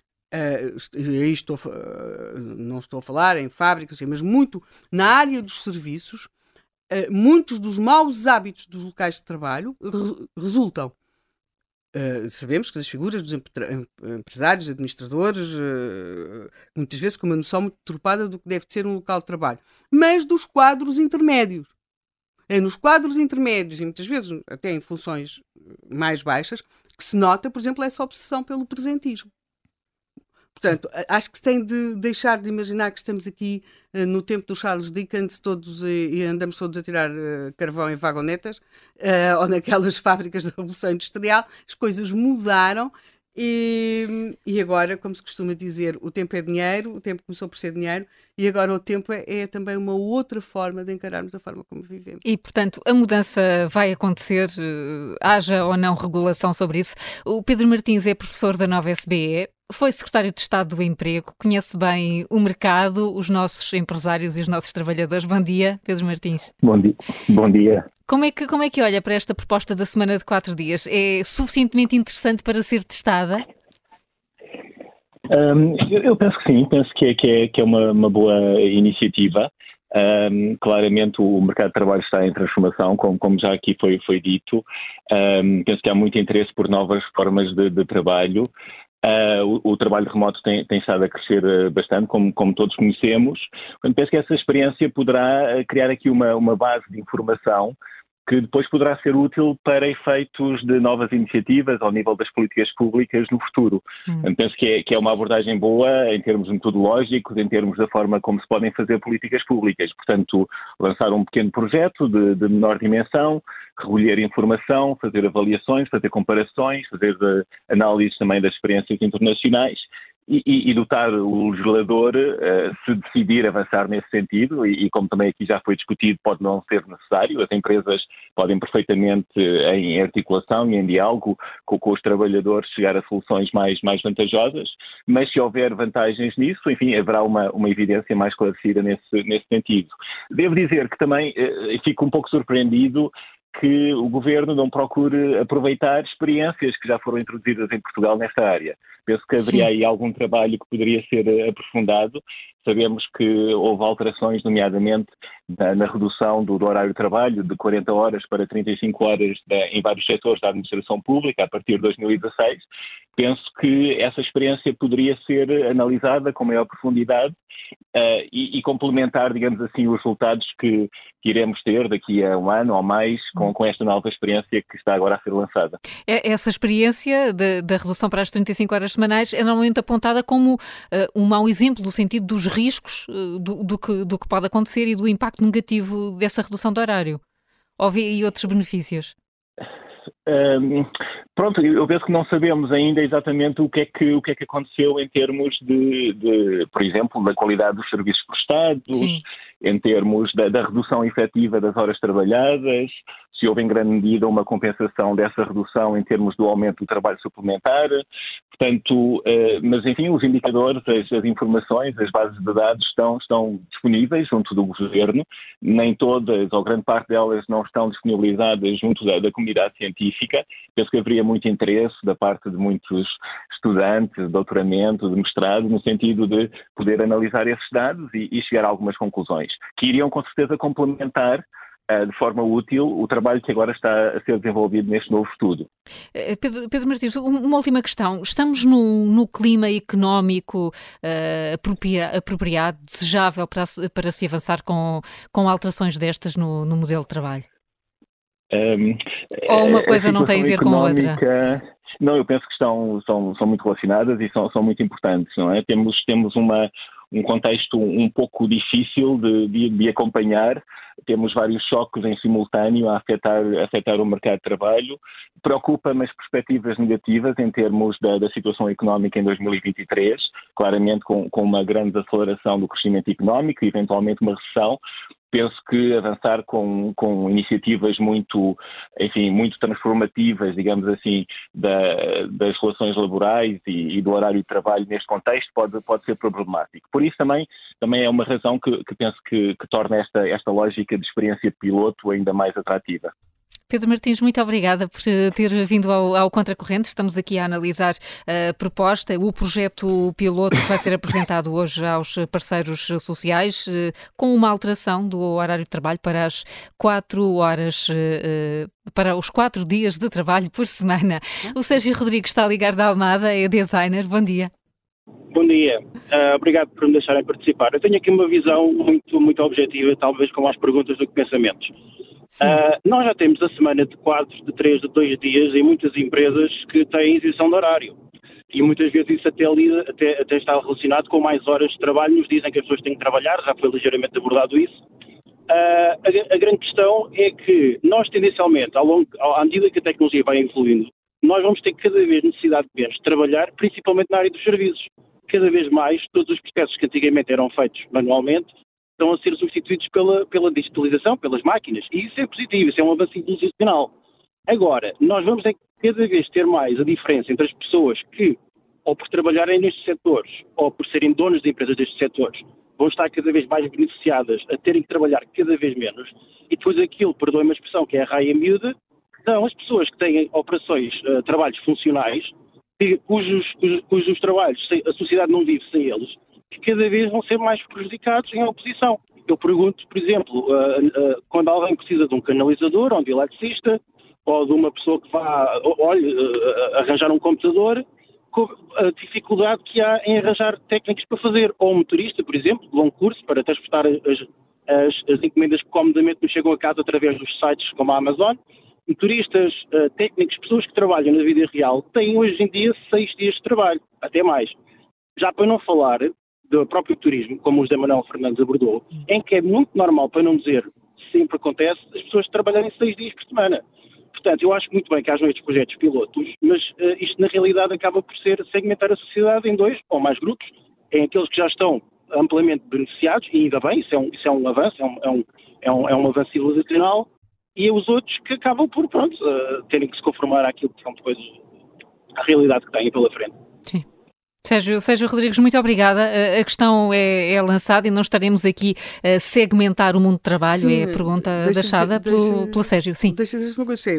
não estou a falar em fábricas, mas muito na área dos serviços, muitos dos maus hábitos dos locais de trabalho resultam Sabemos que as figuras dos empresários, administradores, muitas vezes com uma noção muito deturpada do que deve ser um local de trabalho, mas dos quadros intermédios. É nos quadros intermédios, e muitas vezes até em funções mais baixas, que se nota, por exemplo, essa obsessão pelo presentismo. Portanto, acho que se tem de deixar de imaginar que estamos aqui no tempo do Charles Dickens todos, e andamos todos a tirar carvão em vagonetas, ou naquelas fábricas da Revolução Industrial. As coisas mudaram e agora, como se costuma dizer, o tempo é dinheiro, o tempo começou por ser dinheiro, e agora o tempo é também uma outra forma de encararmos a forma como vivemos. E, portanto, a mudança vai acontecer, haja ou não regulação sobre isso. O Pedro Martins é professor da Nova SBE, foi secretário de Estado do Emprego, conhece bem o mercado, os nossos empresários e os nossos trabalhadores. Bom dia, Pedro Martins. Bom dia. Bom dia. Como é que olha para esta proposta da semana de 4 dias? É suficientemente interessante para ser testada? Eu penso que sim, penso que é uma boa iniciativa. Claramente o mercado de trabalho está em transformação, como já aqui foi dito. Penso que há muito interesse por novas formas de trabalho. O trabalho remoto tem estado a crescer bastante, como todos conhecemos. Penso que essa experiência poderá criar aqui uma base de informação que depois poderá ser útil para efeitos de novas iniciativas ao nível das políticas públicas no futuro. Penso que é uma abordagem boa em termos metodológicos, em termos da forma como se podem fazer políticas públicas. Portanto, lançar um pequeno projeto de menor dimensão, recolher informação, fazer avaliações, fazer comparações, fazer análises também das experiências internacionais e dotar o legislador, se decidir avançar nesse sentido, e como também aqui já foi discutido, pode não ser necessário. As empresas podem perfeitamente, em articulação e em diálogo com os trabalhadores, chegar a soluções mais vantajosas, mas se houver vantagens nisso, enfim, haverá uma evidência mais esclarecida nesse sentido. Devo dizer que também fico um pouco surpreendido que o Governo não procure aproveitar experiências que já foram introduzidas em Portugal nesta área. Penso que haveria aí algum trabalho que poderia ser aprofundado. Sabemos que houve alterações, nomeadamente na redução do horário de trabalho de 40 horas para 35 horas em vários setores da administração pública a partir de 2016. Penso que essa experiência poderia ser analisada com maior profundidade e complementar, digamos assim, os resultados que iremos ter daqui a um ano ou mais com esta nova experiência que está agora a ser lançada. Essa experiência da redução para as 35 horas semanais é normalmente apontada como um mau exemplo, no sentido dos riscos do que pode acontecer e do impacto negativo dessa redução do horário. Ou vê aí outros benefícios? Pronto, eu penso que não sabemos ainda exatamente o que é que aconteceu em termos de, por exemplo, da qualidade dos serviços prestados, sim, em termos da redução efetiva das horas trabalhadas, se houve em grande medida uma compensação dessa redução em termos do aumento do trabalho suplementar. Portanto, mas enfim, os indicadores, as informações, as bases de dados estão disponíveis junto do Governo. Nem todas, ou grande parte delas, não estão disponibilizadas junto da comunidade científica. Penso que haveria muito interesse da parte de muitos estudantes, de doutoramento, de mestrado, no sentido de poder analisar esses dados e chegar a algumas conclusões, que iriam com certeza complementar de forma útil o trabalho que agora está a ser desenvolvido neste novo estudo. Pedro Martins, uma última questão. Estamos no clima económico apropriado, desejável para se avançar com alterações destas no modelo de trabalho? Ou uma coisa não tem a ver com a outra? Não, eu penso que são muito relacionadas e são muito importantes, não é? Temos um contexto um pouco difícil de acompanhar. Temos vários choques em simultâneo a afetar o mercado de trabalho. Preocupa-me as perspectivas negativas em termos da situação económica em 2023, claramente com uma grande desaceleração do crescimento económico e eventualmente uma recessão. Penso que avançar com iniciativas muito transformativas, digamos assim, das relações laborais e do horário de trabalho neste contexto pode ser problemático. Por isso também é uma razão que penso que torna esta lógica de experiência de piloto ainda mais atrativa. Pedro Martins, muito obrigada por ter vindo ao Contracorrente. Estamos aqui a analisar a proposta, o projeto piloto que vai ser apresentado hoje aos parceiros sociais, com uma alteração do horário de trabalho para as 4 horas, para os 4 dias de trabalho por semana. O Sérgio Rodrigues está a ligar da Almada, é designer. Bom dia. Bom dia. Obrigado por me deixarem participar. Eu tenho aqui uma visão muito objetiva, talvez com mais perguntas do que pensamentos. Nós já temos a semana de 4, de 3, de 2 dias em muitas empresas que têm isenção de horário. E muitas vezes isso até está relacionado com mais horas de trabalho. Nos dizem que as pessoas têm que trabalhar, já foi ligeiramente abordado isso. A grande questão é que nós, tendencialmente, à medida que a tecnologia vai evoluindo, nós vamos ter cada vez necessidade de menos trabalhar, principalmente na área dos serviços. Cada vez mais, todos os processos que antigamente eram feitos manualmente estão a ser substituídos pela digitalização, pelas máquinas. E isso é positivo, isso é um avanço institucional. Agora, nós vamos cada vez ter mais a diferença entre as pessoas que, ou por trabalharem nestes setores, ou por serem donos de empresas destes setores, vão estar cada vez mais beneficiadas a terem que trabalhar cada vez menos. E depois aquilo, perdoem-me a expressão, que é a raia miúda, são as pessoas que têm operações, trabalhos funcionais, cujos trabalhos a sociedade não vive sem eles, que cada vez vão ser mais prejudicados em oposição. Eu pergunto, por exemplo, quando alguém precisa de um canalizador, ou de um eletricista, ou de uma pessoa que vá arranjar um computador, a dificuldade que há em arranjar técnicos para fazer, ou um motorista, por exemplo, de longo curso, para transportar as encomendas que comodamente nos chegam a casa através dos sites como a Amazon. Motoristas, técnicos, pessoas que trabalham na vida real, têm hoje em dia 6 dias de trabalho, até mais. Já para não falar do próprio turismo, como o José Manuel Fernandes abordou, em que é muito normal, para não dizer sempre acontece, as pessoas trabalharem 6 dias por semana. Portanto, eu acho muito bem que hajam estes projetos pilotos, mas isto na realidade acaba por ser segmentar a sociedade em 2 ou mais grupos, em aqueles que já estão amplamente beneficiados, e ainda bem, isso é um avanço, é um avanço civilizacional, e os outros que acabam por, terem que se conformar àquilo que são depois a realidade que têm pela frente. Sim. Sérgio Rodrigues, muito obrigada. A questão é lançada e não estaremos aqui a segmentar o mundo do trabalho. Sim, é a pergunta deixada pelo Sérgio. Sim. Deixa-me dizer uma coisa.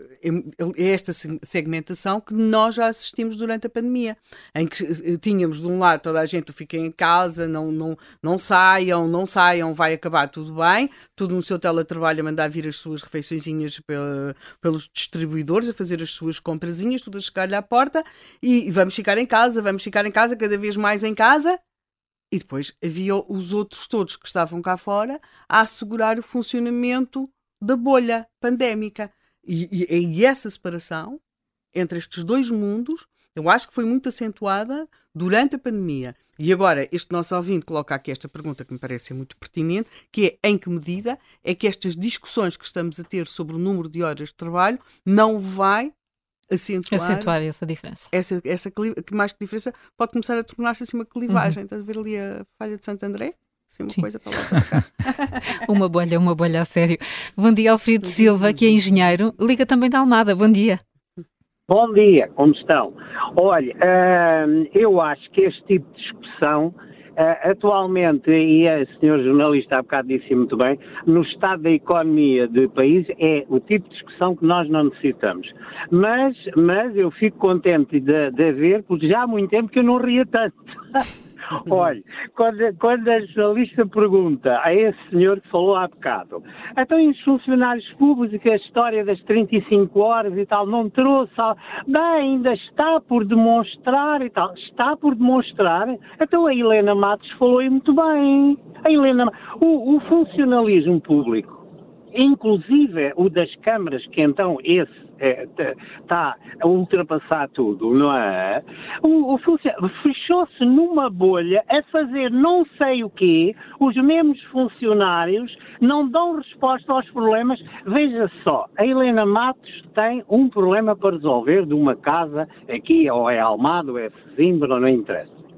É esta segmentação que nós já assistimos durante a pandemia, em que tínhamos de um lado toda a gente, fiquem em casa, não saiam, vai acabar tudo bem, tudo no seu teletrabalho a mandar vir as suas refeiçõezinhas pelos distribuidores, a fazer as suas comprazinhas, tudo a chegar-lhe à porta, e vamos ficar em casa, cada vez mais em casa. E depois havia os outros todos que estavam cá fora a assegurar o funcionamento da bolha pandémica. E essa separação entre estes 2 mundos, eu acho que foi muito acentuada durante a pandemia. E agora, este nosso ouvinte coloca aqui esta pergunta que me parece muito pertinente, que é: em que medida é que estas discussões que estamos a ter sobre o número de horas de trabalho não vai acentuar essa diferença? Essa que mais que diferença pode começar a tornar-se assim uma clivagem. Estás a ver ali a falha de Santo André? Uma Sim. Coisa para lá para cá. uma bolha a sério. Bom dia, Alfredo Silva, que é engenheiro, liga também da Almada. Bom dia. Bom dia, como estão? Olha, eu acho que este tipo de discussão, atualmente, e a senhora jornalista há bocado disse muito bem, no estado da economia do país, é o tipo de discussão que nós não necessitamos. Mas eu fico contente de ver, porque já há muito tempo que eu não ria tanto. Olha, quando a jornalista pergunta a esse senhor que falou há bocado, então e os funcionários públicos, a história das 35 horas e tal, não trouxe, bem, ainda está por demonstrar e tal, está por demonstrar, então a Helena Matos falou muito bem, o funcionalismo público, inclusive o das câmaras, que então esse está a ultrapassar tudo, não é? Fechou-se numa bolha a fazer não sei o quê, os mesmos funcionários não dão resposta aos problemas. Veja só, a Helena Matos tem um problema para resolver de uma casa aqui, ou é Almada, ou é Sesimbra, não interessa.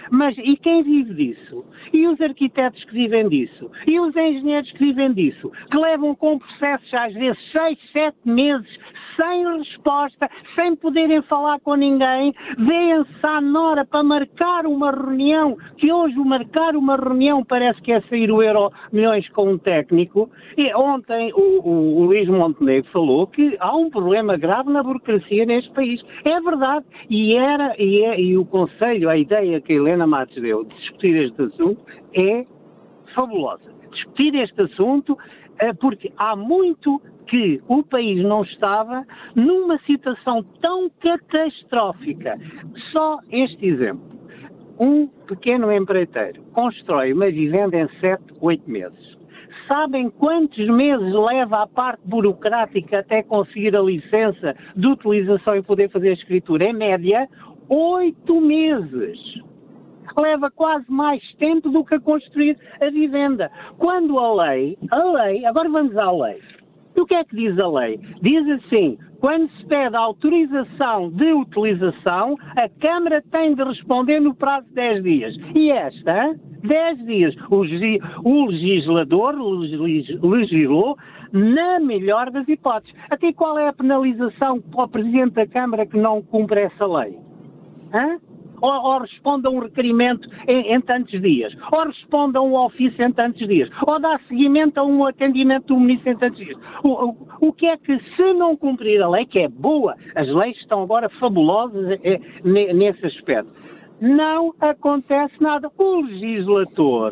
Mas e quem vive disso? E os arquitetos que vivem disso? E os engenheiros que vivem disso? Que levam com processos às vezes 6, 7 meses, sem resposta, sem poderem falar com ninguém, vêem-se à Nora para marcar uma reunião, que hoje o marcar uma reunião parece que é sair o Euro Milhões com um técnico. E ontem o Luís Montenegro falou que há um problema grave na burocracia neste país. É verdade. E o Conselho, a ideia que a Helena Matos deu de discutir este assunto é fabulosa. Discutir este assunto porque há muito que o país não estava numa situação tão catastrófica. Só este exemplo. Um pequeno empreiteiro constrói uma vivenda em 7, 8 meses. Sabem quantos meses leva a parte burocrática até conseguir a licença de utilização e poder fazer a escritura? Em média, 8 meses. Leva quase mais tempo do que a construir a vivenda. Quando a lei, agora vamos à lei. E o que é que diz a lei? Diz assim, quando se pede a autorização de utilização, a Câmara tem de responder no prazo de 10 dias. E esta, 10 dias, o legislador legislou na melhor das hipóteses. Até qual é a penalização para o Presidente da Câmara que não cumpre essa lei? Ou responde a um requerimento em tantos dias, ou responde a um ofício em tantos dias, ou dá seguimento a um atendimento do Ministro em tantos dias. O que é que, se não cumprir a lei, que é boa, as leis estão agora fabulosas nesse aspecto, não acontece nada. O legislador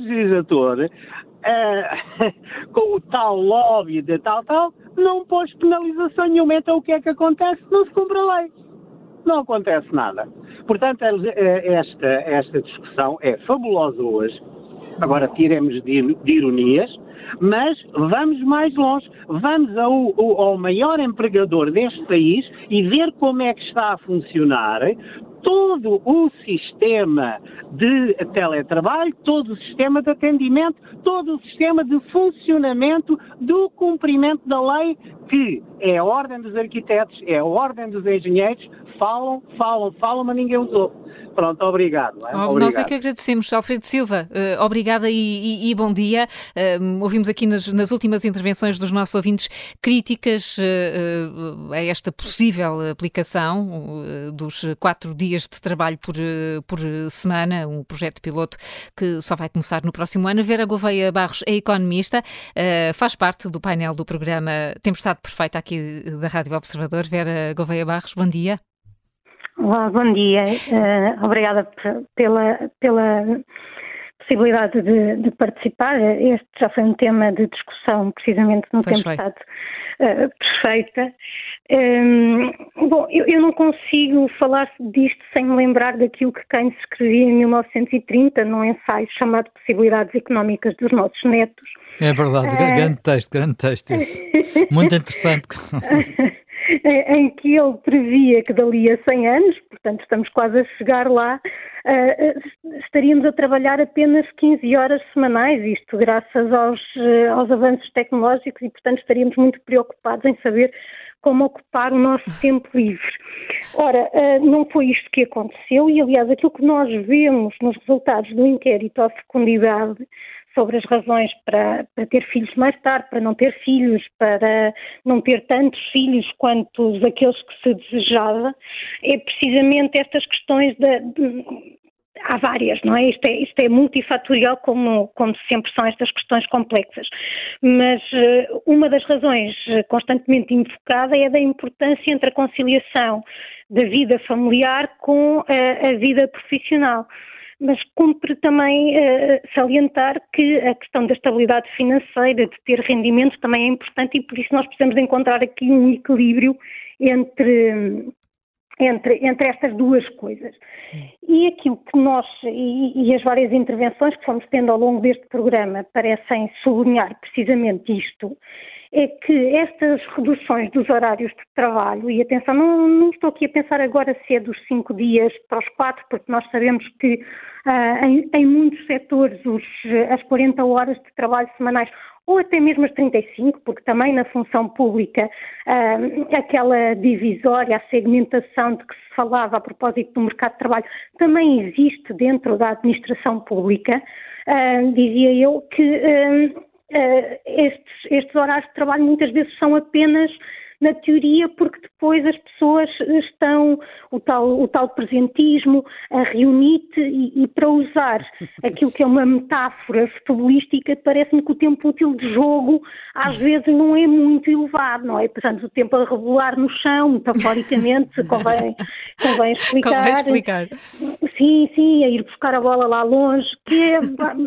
com o tal lobby de tal, não pôs penalização nenhuma. Então o que é que acontece? Não se cumpre a lei. Não acontece nada. Portanto, esta discussão é fabulosa hoje. Agora tiremos de ironias, mas vamos mais longe. Vamos ao maior empregador deste país e ver como é que está a funcionar todo o sistema de teletrabalho, todo o sistema de atendimento, todo o sistema de funcionamento do cumprimento da lei, que é a ordem dos arquitetos, é a ordem dos engenheiros, falam, mas ninguém usou. Pronto, obrigado. Obrigado. Nós é que agradecemos, Alfredo Silva. Obrigada e bom dia. Ouvimos aqui nas últimas intervenções dos nossos ouvintes críticas a esta possível aplicação dos 4 dias de trabalho por semana, um projeto piloto que só vai começar no próximo ano. Vera Gouveia Barros é economista, faz parte do painel do programa Tempestade Perfeita aqui da Rádio Observador. Vera Gouveia Barros, bom dia. Olá, bom dia. Obrigada pela possibilidade de participar. Este já foi um tema de discussão precisamente no Tempestade Perfeita. Bom, eu não consigo falar disto sem me lembrar daquilo que Keynes escrevia em 1930 num ensaio chamado Possibilidades Económicas dos Nossos Netos. É verdade, grande texto esse. Muito interessante. Em que ele previa que dali a 100 anos, portanto estamos quase a chegar lá, estaríamos a trabalhar apenas 15 horas semanais, isto graças aos avanços tecnológicos, e portanto estaríamos muito preocupados em saber como ocupar o nosso tempo livre. Ora, não foi isto que aconteceu e, aliás, aquilo que nós vemos nos resultados do inquérito à fecundidade sobre as razões para ter filhos mais tarde, para não ter filhos, para não ter tantos filhos quanto aqueles que se desejava, é precisamente estas questões há várias, não é? Isto é multifatorial, como sempre são estas questões complexas. Mas uma das razões constantemente invocada é da importância entre a conciliação da vida familiar com a vida profissional. Mas cumpre também salientar que a questão da estabilidade financeira, de ter rendimentos, também é importante, e por isso nós precisamos de encontrar aqui um equilíbrio entre estas duas coisas. E aquilo que nós, e as várias intervenções que fomos tendo ao longo deste programa, parecem sublinhar precisamente isto, é que estas reduções dos horários de trabalho, e atenção, não estou aqui a pensar agora se é dos 5 dias para os 4, porque nós sabemos que em muitos setores as 40 horas de trabalho semanais ou até mesmo as 35, porque também na função pública aquela divisória, a segmentação de que se falava a propósito do mercado de trabalho também existe dentro da administração pública. Dizia eu que estes horários de trabalho muitas vezes são apenas na teoria, porque depois as pessoas estão, o tal presentismo, a reunite e para usar aquilo que é uma metáfora futebolística, parece-me que o tempo útil de jogo às vezes não é muito elevado, não é? Portanto, o tempo a rebolar no chão, metaforicamente, convém explicar. Convém explicar. Sim, a ir buscar a bola lá longe, que é...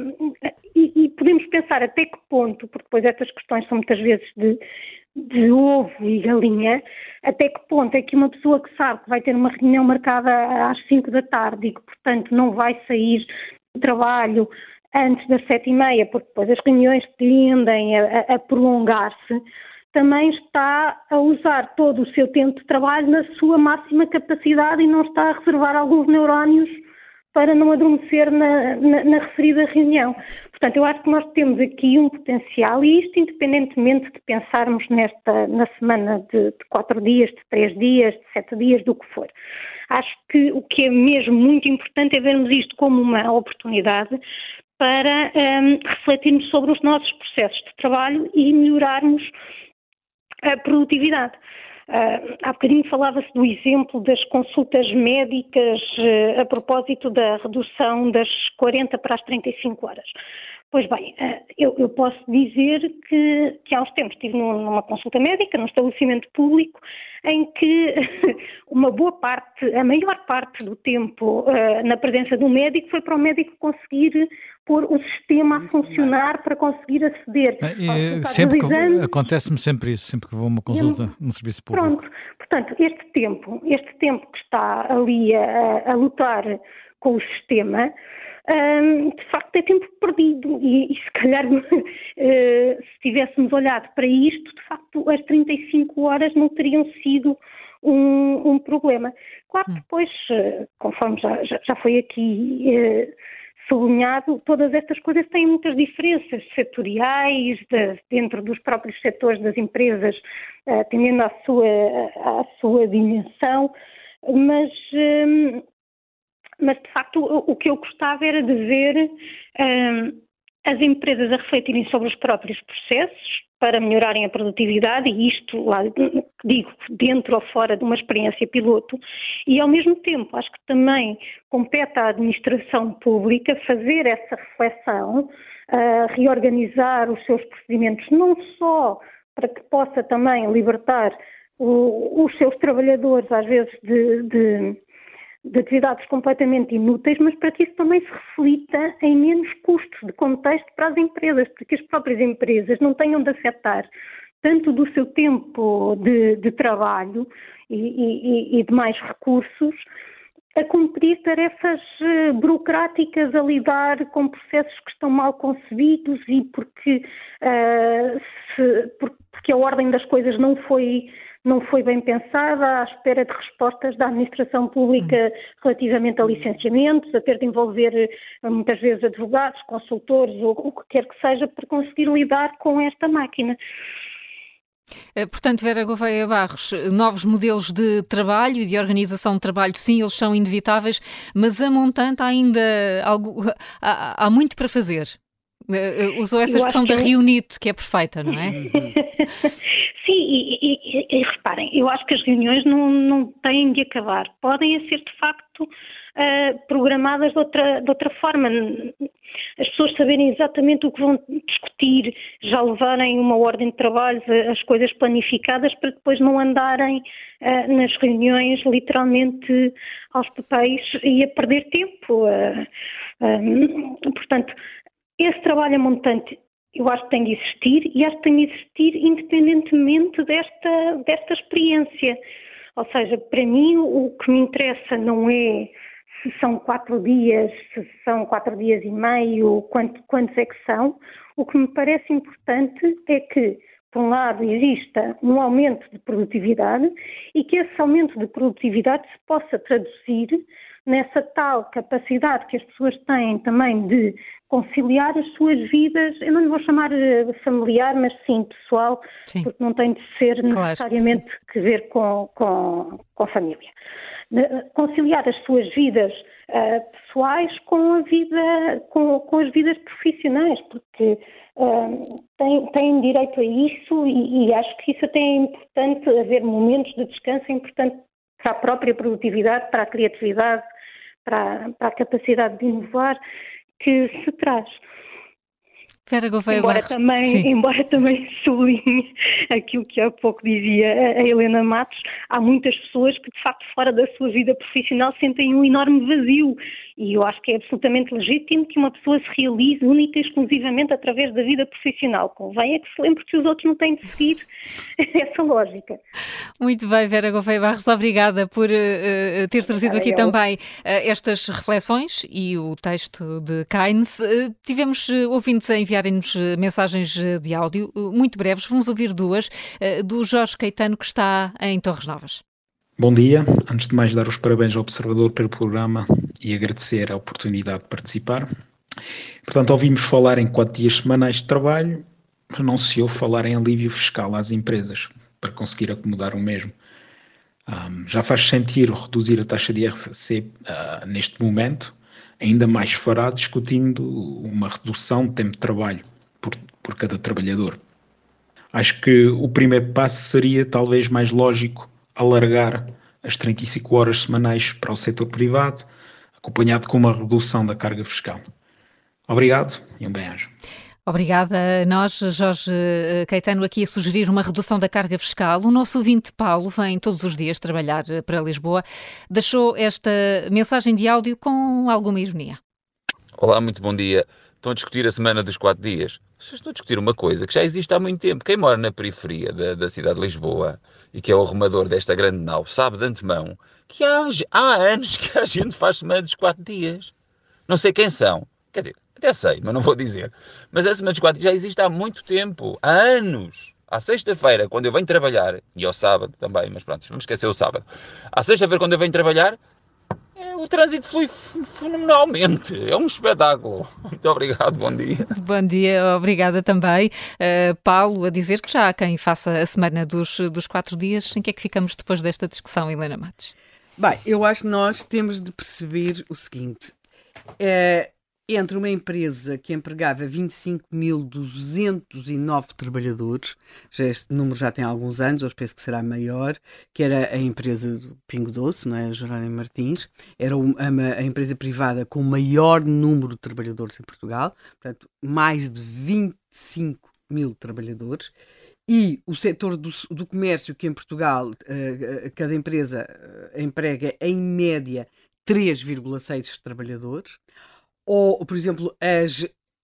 E podemos pensar até que ponto, porque depois estas questões são muitas vezes de ovo e galinha, até que ponto é que uma pessoa que sabe que vai ter uma reunião marcada às 5 da tarde e que, portanto, não vai sair do trabalho antes das 7h30, porque depois as reuniões tendem a prolongar-se, também está a usar todo o seu tempo de trabalho na sua máxima capacidade e não está a reservar alguns neurónios para não adormecer na referida reunião. Portanto, eu acho que nós temos aqui um potencial, e isto independentemente de pensarmos na semana de 4 dias, de 3 dias, de 7 dias, do que for. Acho que o que é mesmo muito importante é vermos isto como uma oportunidade para refletirmos sobre os nossos processos de trabalho e melhorarmos a produtividade. Há bocadinho falava-se do exemplo das consultas médicas a propósito da redução das 40 para as 35 horas. Pois bem, eu posso dizer que há uns tempos estive numa consulta médica, num estabelecimento público, em que uma boa parte, a maior parte do tempo na presença do médico foi para o médico conseguir pôr o sistema a funcionar para conseguir aceder aos exames. Acontece-me sempre isso, sempre que vou a uma consulta no serviço público. Pronto, portanto, este tempo que está ali a lutar com o sistema, de facto é tempo perdido e se calhar se tivéssemos olhado para isto, de facto as 35 horas não teriam sido um problema. Claro que depois, conforme já foi aqui sublinhado, todas estas coisas têm muitas diferenças setoriais, dentro dos próprios setores das empresas, atendendo à sua dimensão, mas de facto o que eu gostava era de ver as empresas a refletirem sobre os próprios processos para melhorarem a produtividade, e isto, lá digo, dentro ou fora de uma experiência piloto, e ao mesmo tempo acho que também compete à administração pública fazer essa reflexão, reorganizar os seus procedimentos, não só para que possa também libertar os seus trabalhadores, às vezes, de atividades completamente inúteis, mas para que isso também se reflita em menos custos de contexto para as empresas, porque as próprias empresas não tenham de afetar tanto do seu tempo de trabalho e de mais recursos a cumprir tarefas burocráticas, a lidar com processos que estão mal concebidos e porque a ordem das coisas não foi bem pensada, à espera de respostas da administração pública relativamente a licenciamentos, a ter de envolver muitas vezes advogados, consultores ou o que quer que seja para conseguir lidar com esta máquina. Portanto, Vera Gouveia Barros, novos modelos de trabalho e de organização de trabalho, sim, eles são inevitáveis, mas a montante ainda há muito para fazer. Usou essa expressão da reunite, que é perfeita, não é? Sim, e reparem, eu acho que as reuniões não têm de acabar. Podem ser, de facto, programadas de outra forma. As pessoas saberem exatamente o que vão discutir, já levarem uma ordem de trabalho, as coisas planificadas, para depois não andarem nas reuniões literalmente aos papéis e a perder tempo. Portanto, esse trabalho a montante eu acho que tem de existir, e acho que tem de existir independentemente desta experiência. Ou seja, para mim o que me interessa não é se são 4 dias, se são 4 dias e meio, quantos é que são. O que me parece importante é que, por um lado, exista um aumento de produtividade e que esse aumento de produtividade se possa traduzir nessa tal capacidade que as pessoas têm também de conciliar as suas vidas, eu não lhe vou chamar familiar, mas sim pessoal, sim, porque não tem de ser necessariamente que ver com família. Conciliar as suas vidas pessoais com a vida, com as vidas profissionais, porque têm direito a isso e acho que isso até é importante, haver momentos de descanso, é importante para a própria produtividade, para a criatividade, para a capacidade de inovar que se traz. Embora também sublinhe aquilo que há pouco dizia a Helena Matos, há muitas pessoas que de facto fora da sua vida profissional sentem um enorme vazio e eu acho que é absolutamente legítimo que uma pessoa se realize única e exclusivamente através da vida profissional. Convém é que se lembre que os outros não têm de seguir essa lógica. Muito bem, Vera Gouveia Barros, obrigada por ter trazido aqui também estas reflexões e o texto de Keynes. Tivemos ouvintes a enviarem-nos mensagens de áudio muito breves, vamos ouvir duas, do Jorge Caetano, que está em Torres Novas. Bom dia, antes de mais dar os parabéns ao Observador pelo programa e agradecer a oportunidade de participar. Portanto, ouvimos falar em 4 dias semanais de trabalho, mas não se ouve falar em alívio fiscal às empresas, para conseguir acomodar o mesmo. Já faz sentido reduzir a taxa de IRC neste momento, ainda mais fará discutindo uma redução de tempo de trabalho por cada trabalhador. Acho que o primeiro passo seria talvez mais lógico alargar as 35 horas semanais para o setor privado, acompanhado com uma redução da carga fiscal. Obrigado e um bem-aja. Obrigada a nós, Jorge Caetano, aqui a sugerir uma redução da carga fiscal. O nosso ouvinte Paulo vem todos os dias trabalhar para Lisboa. Deixou esta mensagem de áudio com alguma ironia. Olá, muito bom dia. Estão a discutir a semana dos 4 dias. Vocês estão a discutir uma coisa que já existe há muito tempo. Quem mora na periferia da cidade de Lisboa e que é o remador desta grande nau sabe de antemão que há anos que a gente faz semana dos 4 dias. Não sei quem são. Quer dizer, até sei, mas não vou dizer. Mas a semana dos 4 dias já existe há muito tempo. Há anos. À sexta-feira, quando eu venho trabalhar, e ao sábado também, mas pronto, vamos esquecer o sábado. À sexta-feira, quando eu venho trabalhar, o trânsito flui fenomenalmente. É um espetáculo. Muito obrigado, bom dia. Bom dia, obrigada também. Paulo, a dizer que já há quem faça a semana dos 4 dias. Em que é que ficamos depois desta discussão, Helena Matos? Bem, eu acho que nós temos de perceber o seguinte. Entre uma empresa que empregava 25.209 trabalhadores, este número já tem alguns anos, eu penso que será maior, que era a empresa do Pingo Doce, não é? A Jerónimo Martins, era a empresa privada com o maior número de trabalhadores em Portugal, portanto, mais de 25 mil trabalhadores, e o setor do comércio, que em Portugal cada empresa emprega em média 3,6 trabalhadores, ou, por exemplo, as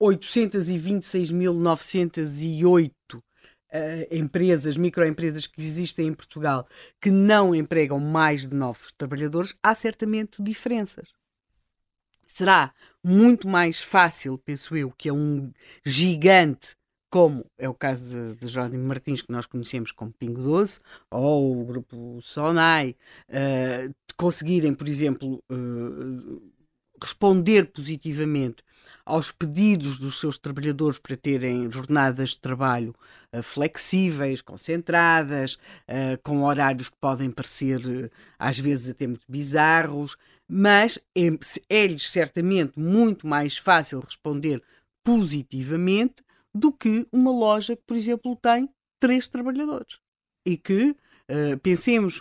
826.908 microempresas que existem em Portugal que não empregam mais de 9 trabalhadores, há certamente diferenças. Será muito mais fácil, penso eu, que é um gigante, como é o caso de Jerónimo Martins, que nós conhecemos como Pingo Doce, ou o grupo Sonai, conseguirem, por exemplo, responder positivamente aos pedidos dos seus trabalhadores para terem jornadas de trabalho flexíveis, concentradas, com horários que podem parecer às vezes até muito bizarros, mas é-lhes certamente muito mais fácil responder positivamente do que uma loja que, por exemplo, tem 3 trabalhadores e que pensemos,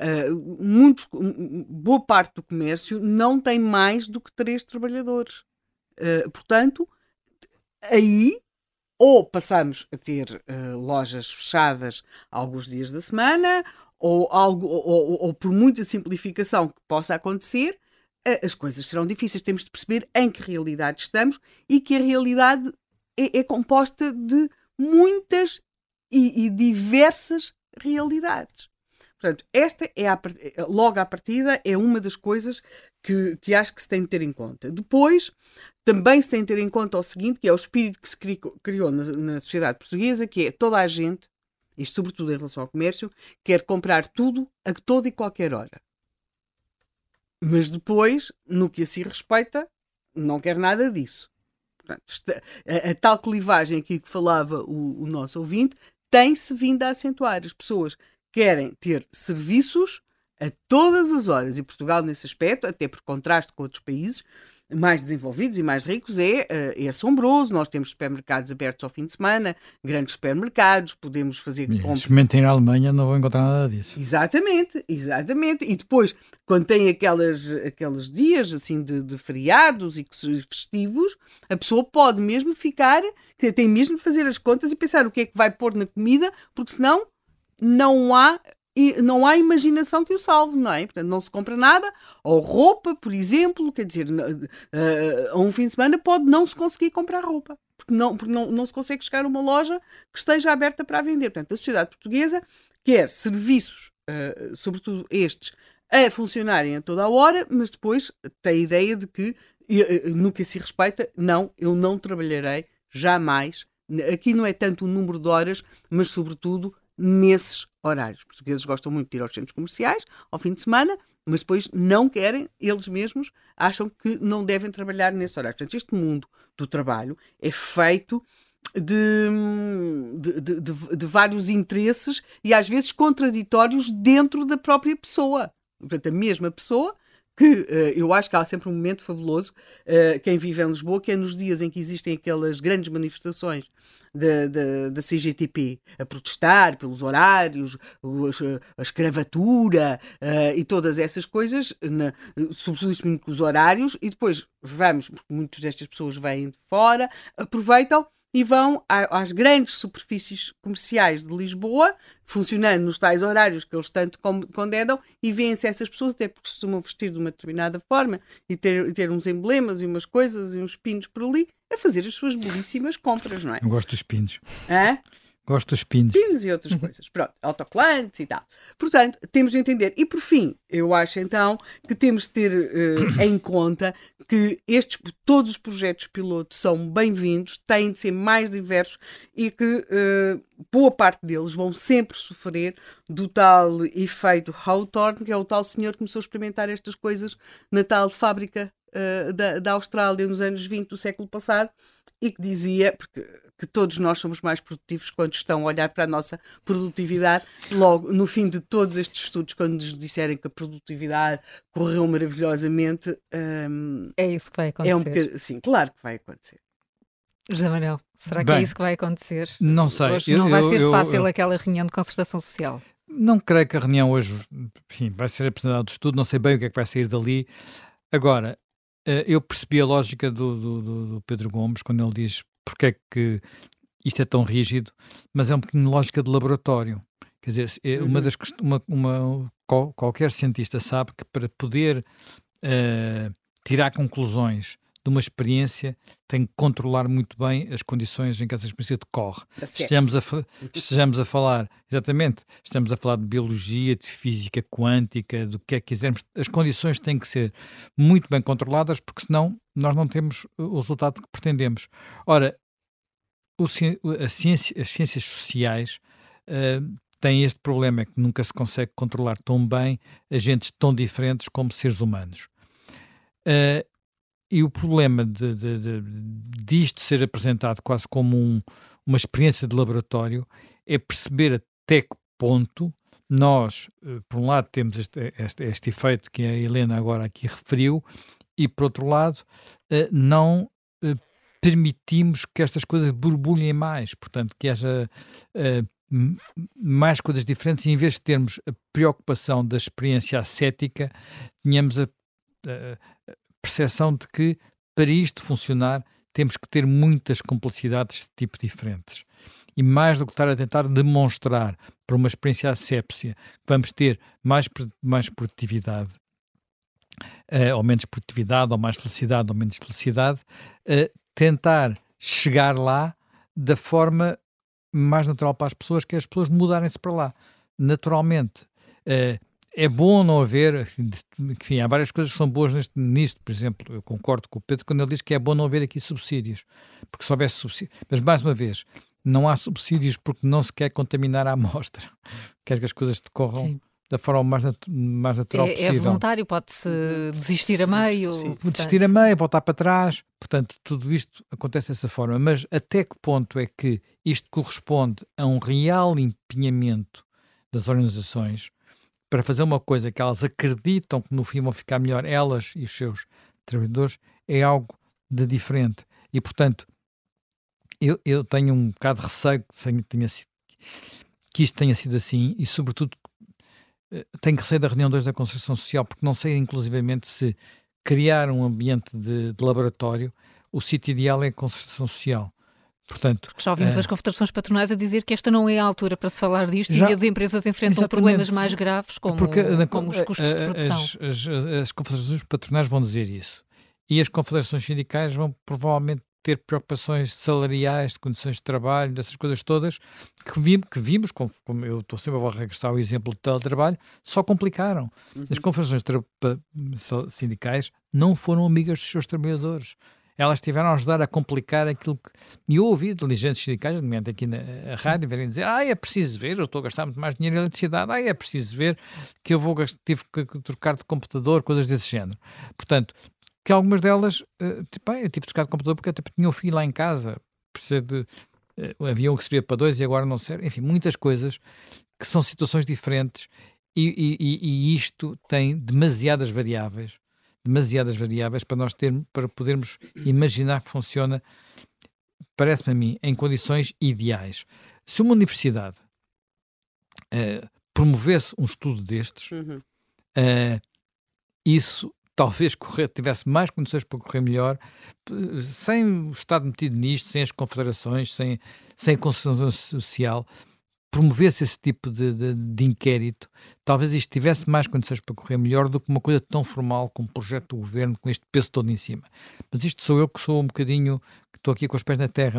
boa parte do comércio não tem mais do que 3 trabalhadores. Portanto, aí ou passamos a ter lojas fechadas alguns dias da semana, ou por muita simplificação que possa acontecer, as coisas serão difíceis. Temos de perceber em que realidade estamos e que a realidade é composta de muitas e diversas realidades. Portanto, esta é logo à partida é uma das coisas que acho que se tem de ter em conta. Depois, também se tem de ter em conta o seguinte, que é o espírito que se criou na sociedade portuguesa, que é toda a gente, isto sobretudo em relação ao comércio, quer comprar tudo a toda e qualquer hora. Mas depois, no que a si respeita, não quer nada disso. Portanto, a tal clivagem aqui que falava o nosso ouvinte tem-se vindo a acentuar. As pessoas querem ter serviços a todas as horas. E Portugal, nesse aspecto, até por contraste com outros países mais desenvolvidos e mais ricos, é assombroso. Nós temos supermercados abertos ao fim de semana, grandes supermercados, podemos fazer compras. Se na Alemanha não vão encontrar nada disso. Exatamente. E depois, quando tem aqueles dias assim de feriados e festivos, a pessoa pode mesmo tem mesmo de fazer as contas e pensar o que é que vai pôr na comida, porque senão não há imaginação que o salve, não é? Portanto, não se compra nada, ou roupa, por exemplo, quer dizer, a um fim de semana pode não se conseguir comprar roupa, porque não se consegue chegar a uma loja que esteja aberta para a vender. Portanto, a sociedade portuguesa quer serviços, sobretudo estes, a funcionarem a toda a hora, mas depois tem a ideia de que, no que se respeita, eu não trabalharei jamais. Aqui não é tanto o número de horas, mas sobretudo nesses horários. Os portugueses gostam muito de ir aos centros comerciais ao fim de semana, mas depois não querem, eles mesmos acham que não devem trabalhar nesses horários. Portanto, este mundo do trabalho é feito de vários interesses e às vezes contraditórios dentro da própria pessoa. Portanto, a mesma pessoa que eu acho que há sempre um momento fabuloso, quem vive em Lisboa, que é nos dias em que existem aquelas grandes manifestações da CGTP a protestar pelos horários, a escravatura e todas essas coisas, sobretudo com os horários, e depois porque muitas destas pessoas vêm de fora, aproveitam e vão às grandes superfícies comerciais de Lisboa, funcionando nos tais horários que eles tanto condenam, e vêem-se essas pessoas, até porque costumam vestir de uma determinada forma e ter uns emblemas e umas coisas e uns pinos por ali, a fazer as suas belíssimas compras, não é? Eu gosto dos pinos. Hã? Gosto dos pinos. Pinos e outras coisas. Pronto, autocolantes e tal. Portanto, temos de entender. E por fim, eu acho então que temos de ter em conta que todos os projetos piloto são bem-vindos, têm de ser mais diversos e que boa parte deles vão sempre sofrer do tal efeito Hawthorne, que é o tal senhor que começou a experimentar estas coisas na tal fábrica da Austrália nos anos 20 do século passado e que dizia que todos nós somos mais produtivos quando estão a olhar para a nossa produtividade. Logo, no fim de todos estes estudos, quando nos disserem que a produtividade correu maravilhosamente... é isso que vai acontecer. Sim, claro que vai acontecer. José Manuel, será que é isso que vai acontecer? Não sei. Hoje não vai ser fácil aquela reunião de concertação social? Não creio que a reunião hoje vai ser apresentado o estudo, não sei bem o que é que vai sair dali. Agora, eu percebi a lógica do Pedro Gomes quando ele diz porque é que isto é tão rígido, mas é um bocadinho lógica de laboratório. Quer dizer, qualquer cientista sabe que para poder tirar conclusões de uma experiência tem que controlar muito bem as condições em que essa experiência decorre. Estejamos a falar, exatamente, estamos a falar de biologia, de física quântica, do que é que quisermos. As condições têm que ser muito bem controladas, porque senão nós não temos o resultado que pretendemos. Ora, as ciências sociais têm este problema, é que nunca se consegue controlar tão bem agentes tão diferentes como seres humanos. E o problema disto ser apresentado quase como uma experiência de laboratório é perceber até que ponto nós, por um lado, temos este efeito que a Helena agora aqui referiu, e por outro lado, não permitimos que estas coisas borbulhem mais, portanto, que haja mais coisas diferentes, e em vez de termos a preocupação da experiência ascética, tenhamos a percepção de que para isto funcionar temos que ter muitas complexidades de tipo diferentes. E mais do que estar a tentar demonstrar para uma experiência assépsia que vamos ter mais produtividade, ou menos produtividade, ou mais felicidade, ou menos felicidade, tentar chegar lá da forma mais natural para as pessoas, que é as pessoas mudarem-se para lá. Naturalmente. É bom não haver, enfim, há várias coisas que são boas nisto, por exemplo, eu concordo com o Pedro quando ele diz que é bom não haver aqui subsídios, porque se houvesse subsídios, mas mais uma vez, não há subsídios porque não se quer contaminar a amostra, quer que as coisas decorram da forma mais natural possível. É voluntário, pode-se desistir a meio. Desistir a meio, voltar para trás. Portanto, tudo isto acontece dessa forma. Mas até que ponto é que isto corresponde a um real empenhamento das organizações para fazer uma coisa que elas acreditam que no fim vão ficar melhor, elas e os seus trabalhadores, é algo de diferente. E, portanto, eu tenho um bocado de receio que isto tenha sido assim e, sobretudo, tenho receio da reunião 2 da Concertação Social, porque não sei, inclusivamente, se criar um ambiente de laboratório, o sítio ideal é a Concertação Social. Portanto, já ouvimos as confederações patronais a dizer que esta não é a altura para se falar disto e as empresas enfrentam problemas mais graves, como os custos de produção. As confederações patronais vão dizer isso. E as confederações sindicais vão provavelmente ter preocupações salariais, de condições de trabalho, dessas coisas todas, que vimos, como eu estou sempre a regressar ao exemplo do teletrabalho, só complicaram. As confederações sindicais não foram amigas dos seus trabalhadores. Elas tiveram a ajudar a complicar aquilo que... E eu ouvi dirigentes sindicais, nomeadamente aqui na rádio, verem dizer, é preciso ver, eu estou a gastar muito mais dinheiro em eletricidade, é preciso ver que eu tive que trocar de computador, coisas desse género. Portanto, que algumas delas, eu tive de trocar de computador porque até tinha um filho lá em casa, havia um que servia para 2 e agora não serve, enfim, muitas coisas que são situações diferentes e isto tem demasiadas variáveis para podermos imaginar que funciona, parece-me a mim, em condições ideais. Se uma universidade promovesse um estudo destes, isso talvez tivesse mais condições para correr melhor, sem o Estado metido nisto, sem as confederações, sem a Concertação Social, promovesse esse tipo de inquérito, talvez isto tivesse mais condições para correr melhor do que uma coisa tão formal como um projeto do governo com este peso todo em cima. Mas isto sou eu que sou um bocadinho, que estou aqui com os pés na terra,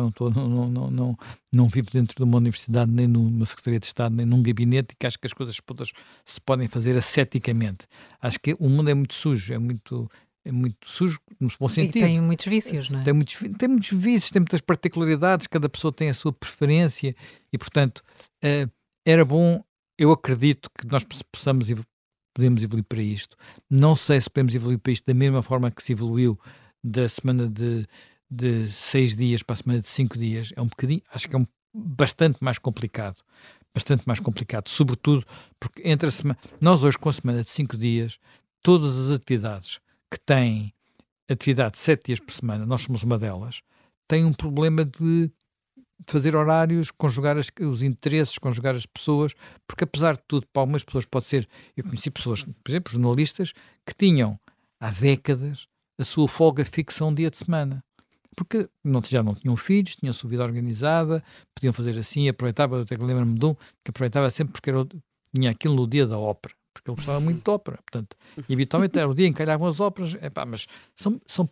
não vivo dentro de uma universidade, nem numa Secretaria de Estado, nem num gabinete, e que acho que as coisas todas se podem fazer asceticamente. Acho que o mundo é muito sujo, é muito sujo no bom sentido. E tem muitos vícios, não é? Tem muitos vícios, tem muitas particularidades, cada pessoa tem a sua preferência e, portanto, era bom, eu acredito que nós podemos evoluir para isto. Não sei se podemos evoluir para isto da mesma forma que se evoluiu da semana de 6 dias para a semana de 5 dias. É um bocadinho, acho que é bastante mais complicado, sobretudo porque entre nós hoje com a semana de 5 dias, todas as atividades que têm atividade de 7 dias por semana, nós somos uma delas, têm um problema de fazer horários, conjugar os interesses, conjugar as pessoas, porque apesar de tudo, para algumas pessoas pode ser, eu conheci pessoas, por exemplo, jornalistas, que tinham há décadas a sua folga fixa um dia de semana, porque já não tinham filhos, tinham sua vida organizada, podiam fazer assim, aproveitava, eu até lembro-me de um, que aproveitava sempre porque tinha aquilo no dia da ópera, porque ele gostava muito de ópera, portanto, e habitualmente era o dia em que calhavam as óperas, mas são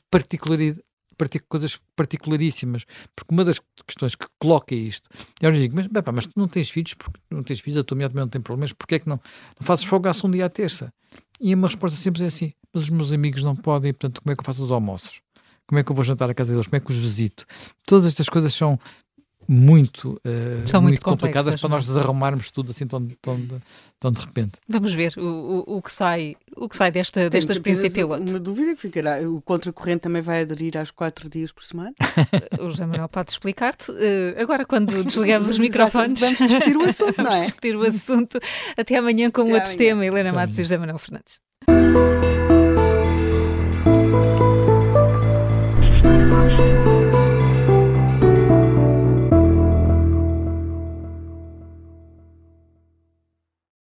coisas particularíssimas, porque uma das questões que coloca isto, eu digo, mas tu não tens filhos, porque não tens filhos, a tua mulher também não tem problemas, porque é que não fazes folga-se um dia à terça? E a minha resposta sempre é assim, mas os meus amigos não podem, portanto, como é que eu faço os almoços? Como é que eu vou jantar a casa deles? Como é que os visito? Todas estas coisas são muito complicadas para nós desarrumarmos tudo assim tão de repente. Vamos ver o que sai desta experiência piloto. Uma dúvida que ficará, o Contracorrente também vai aderir aos 4 dias por semana? O José Manuel pode explicar-te. Agora, quando desligamos os microfones, vamos discutir o assunto, não é? Vamos discutir o assunto. Até amanhã com outro tema. Helena Matos e José Manuel Fernandes.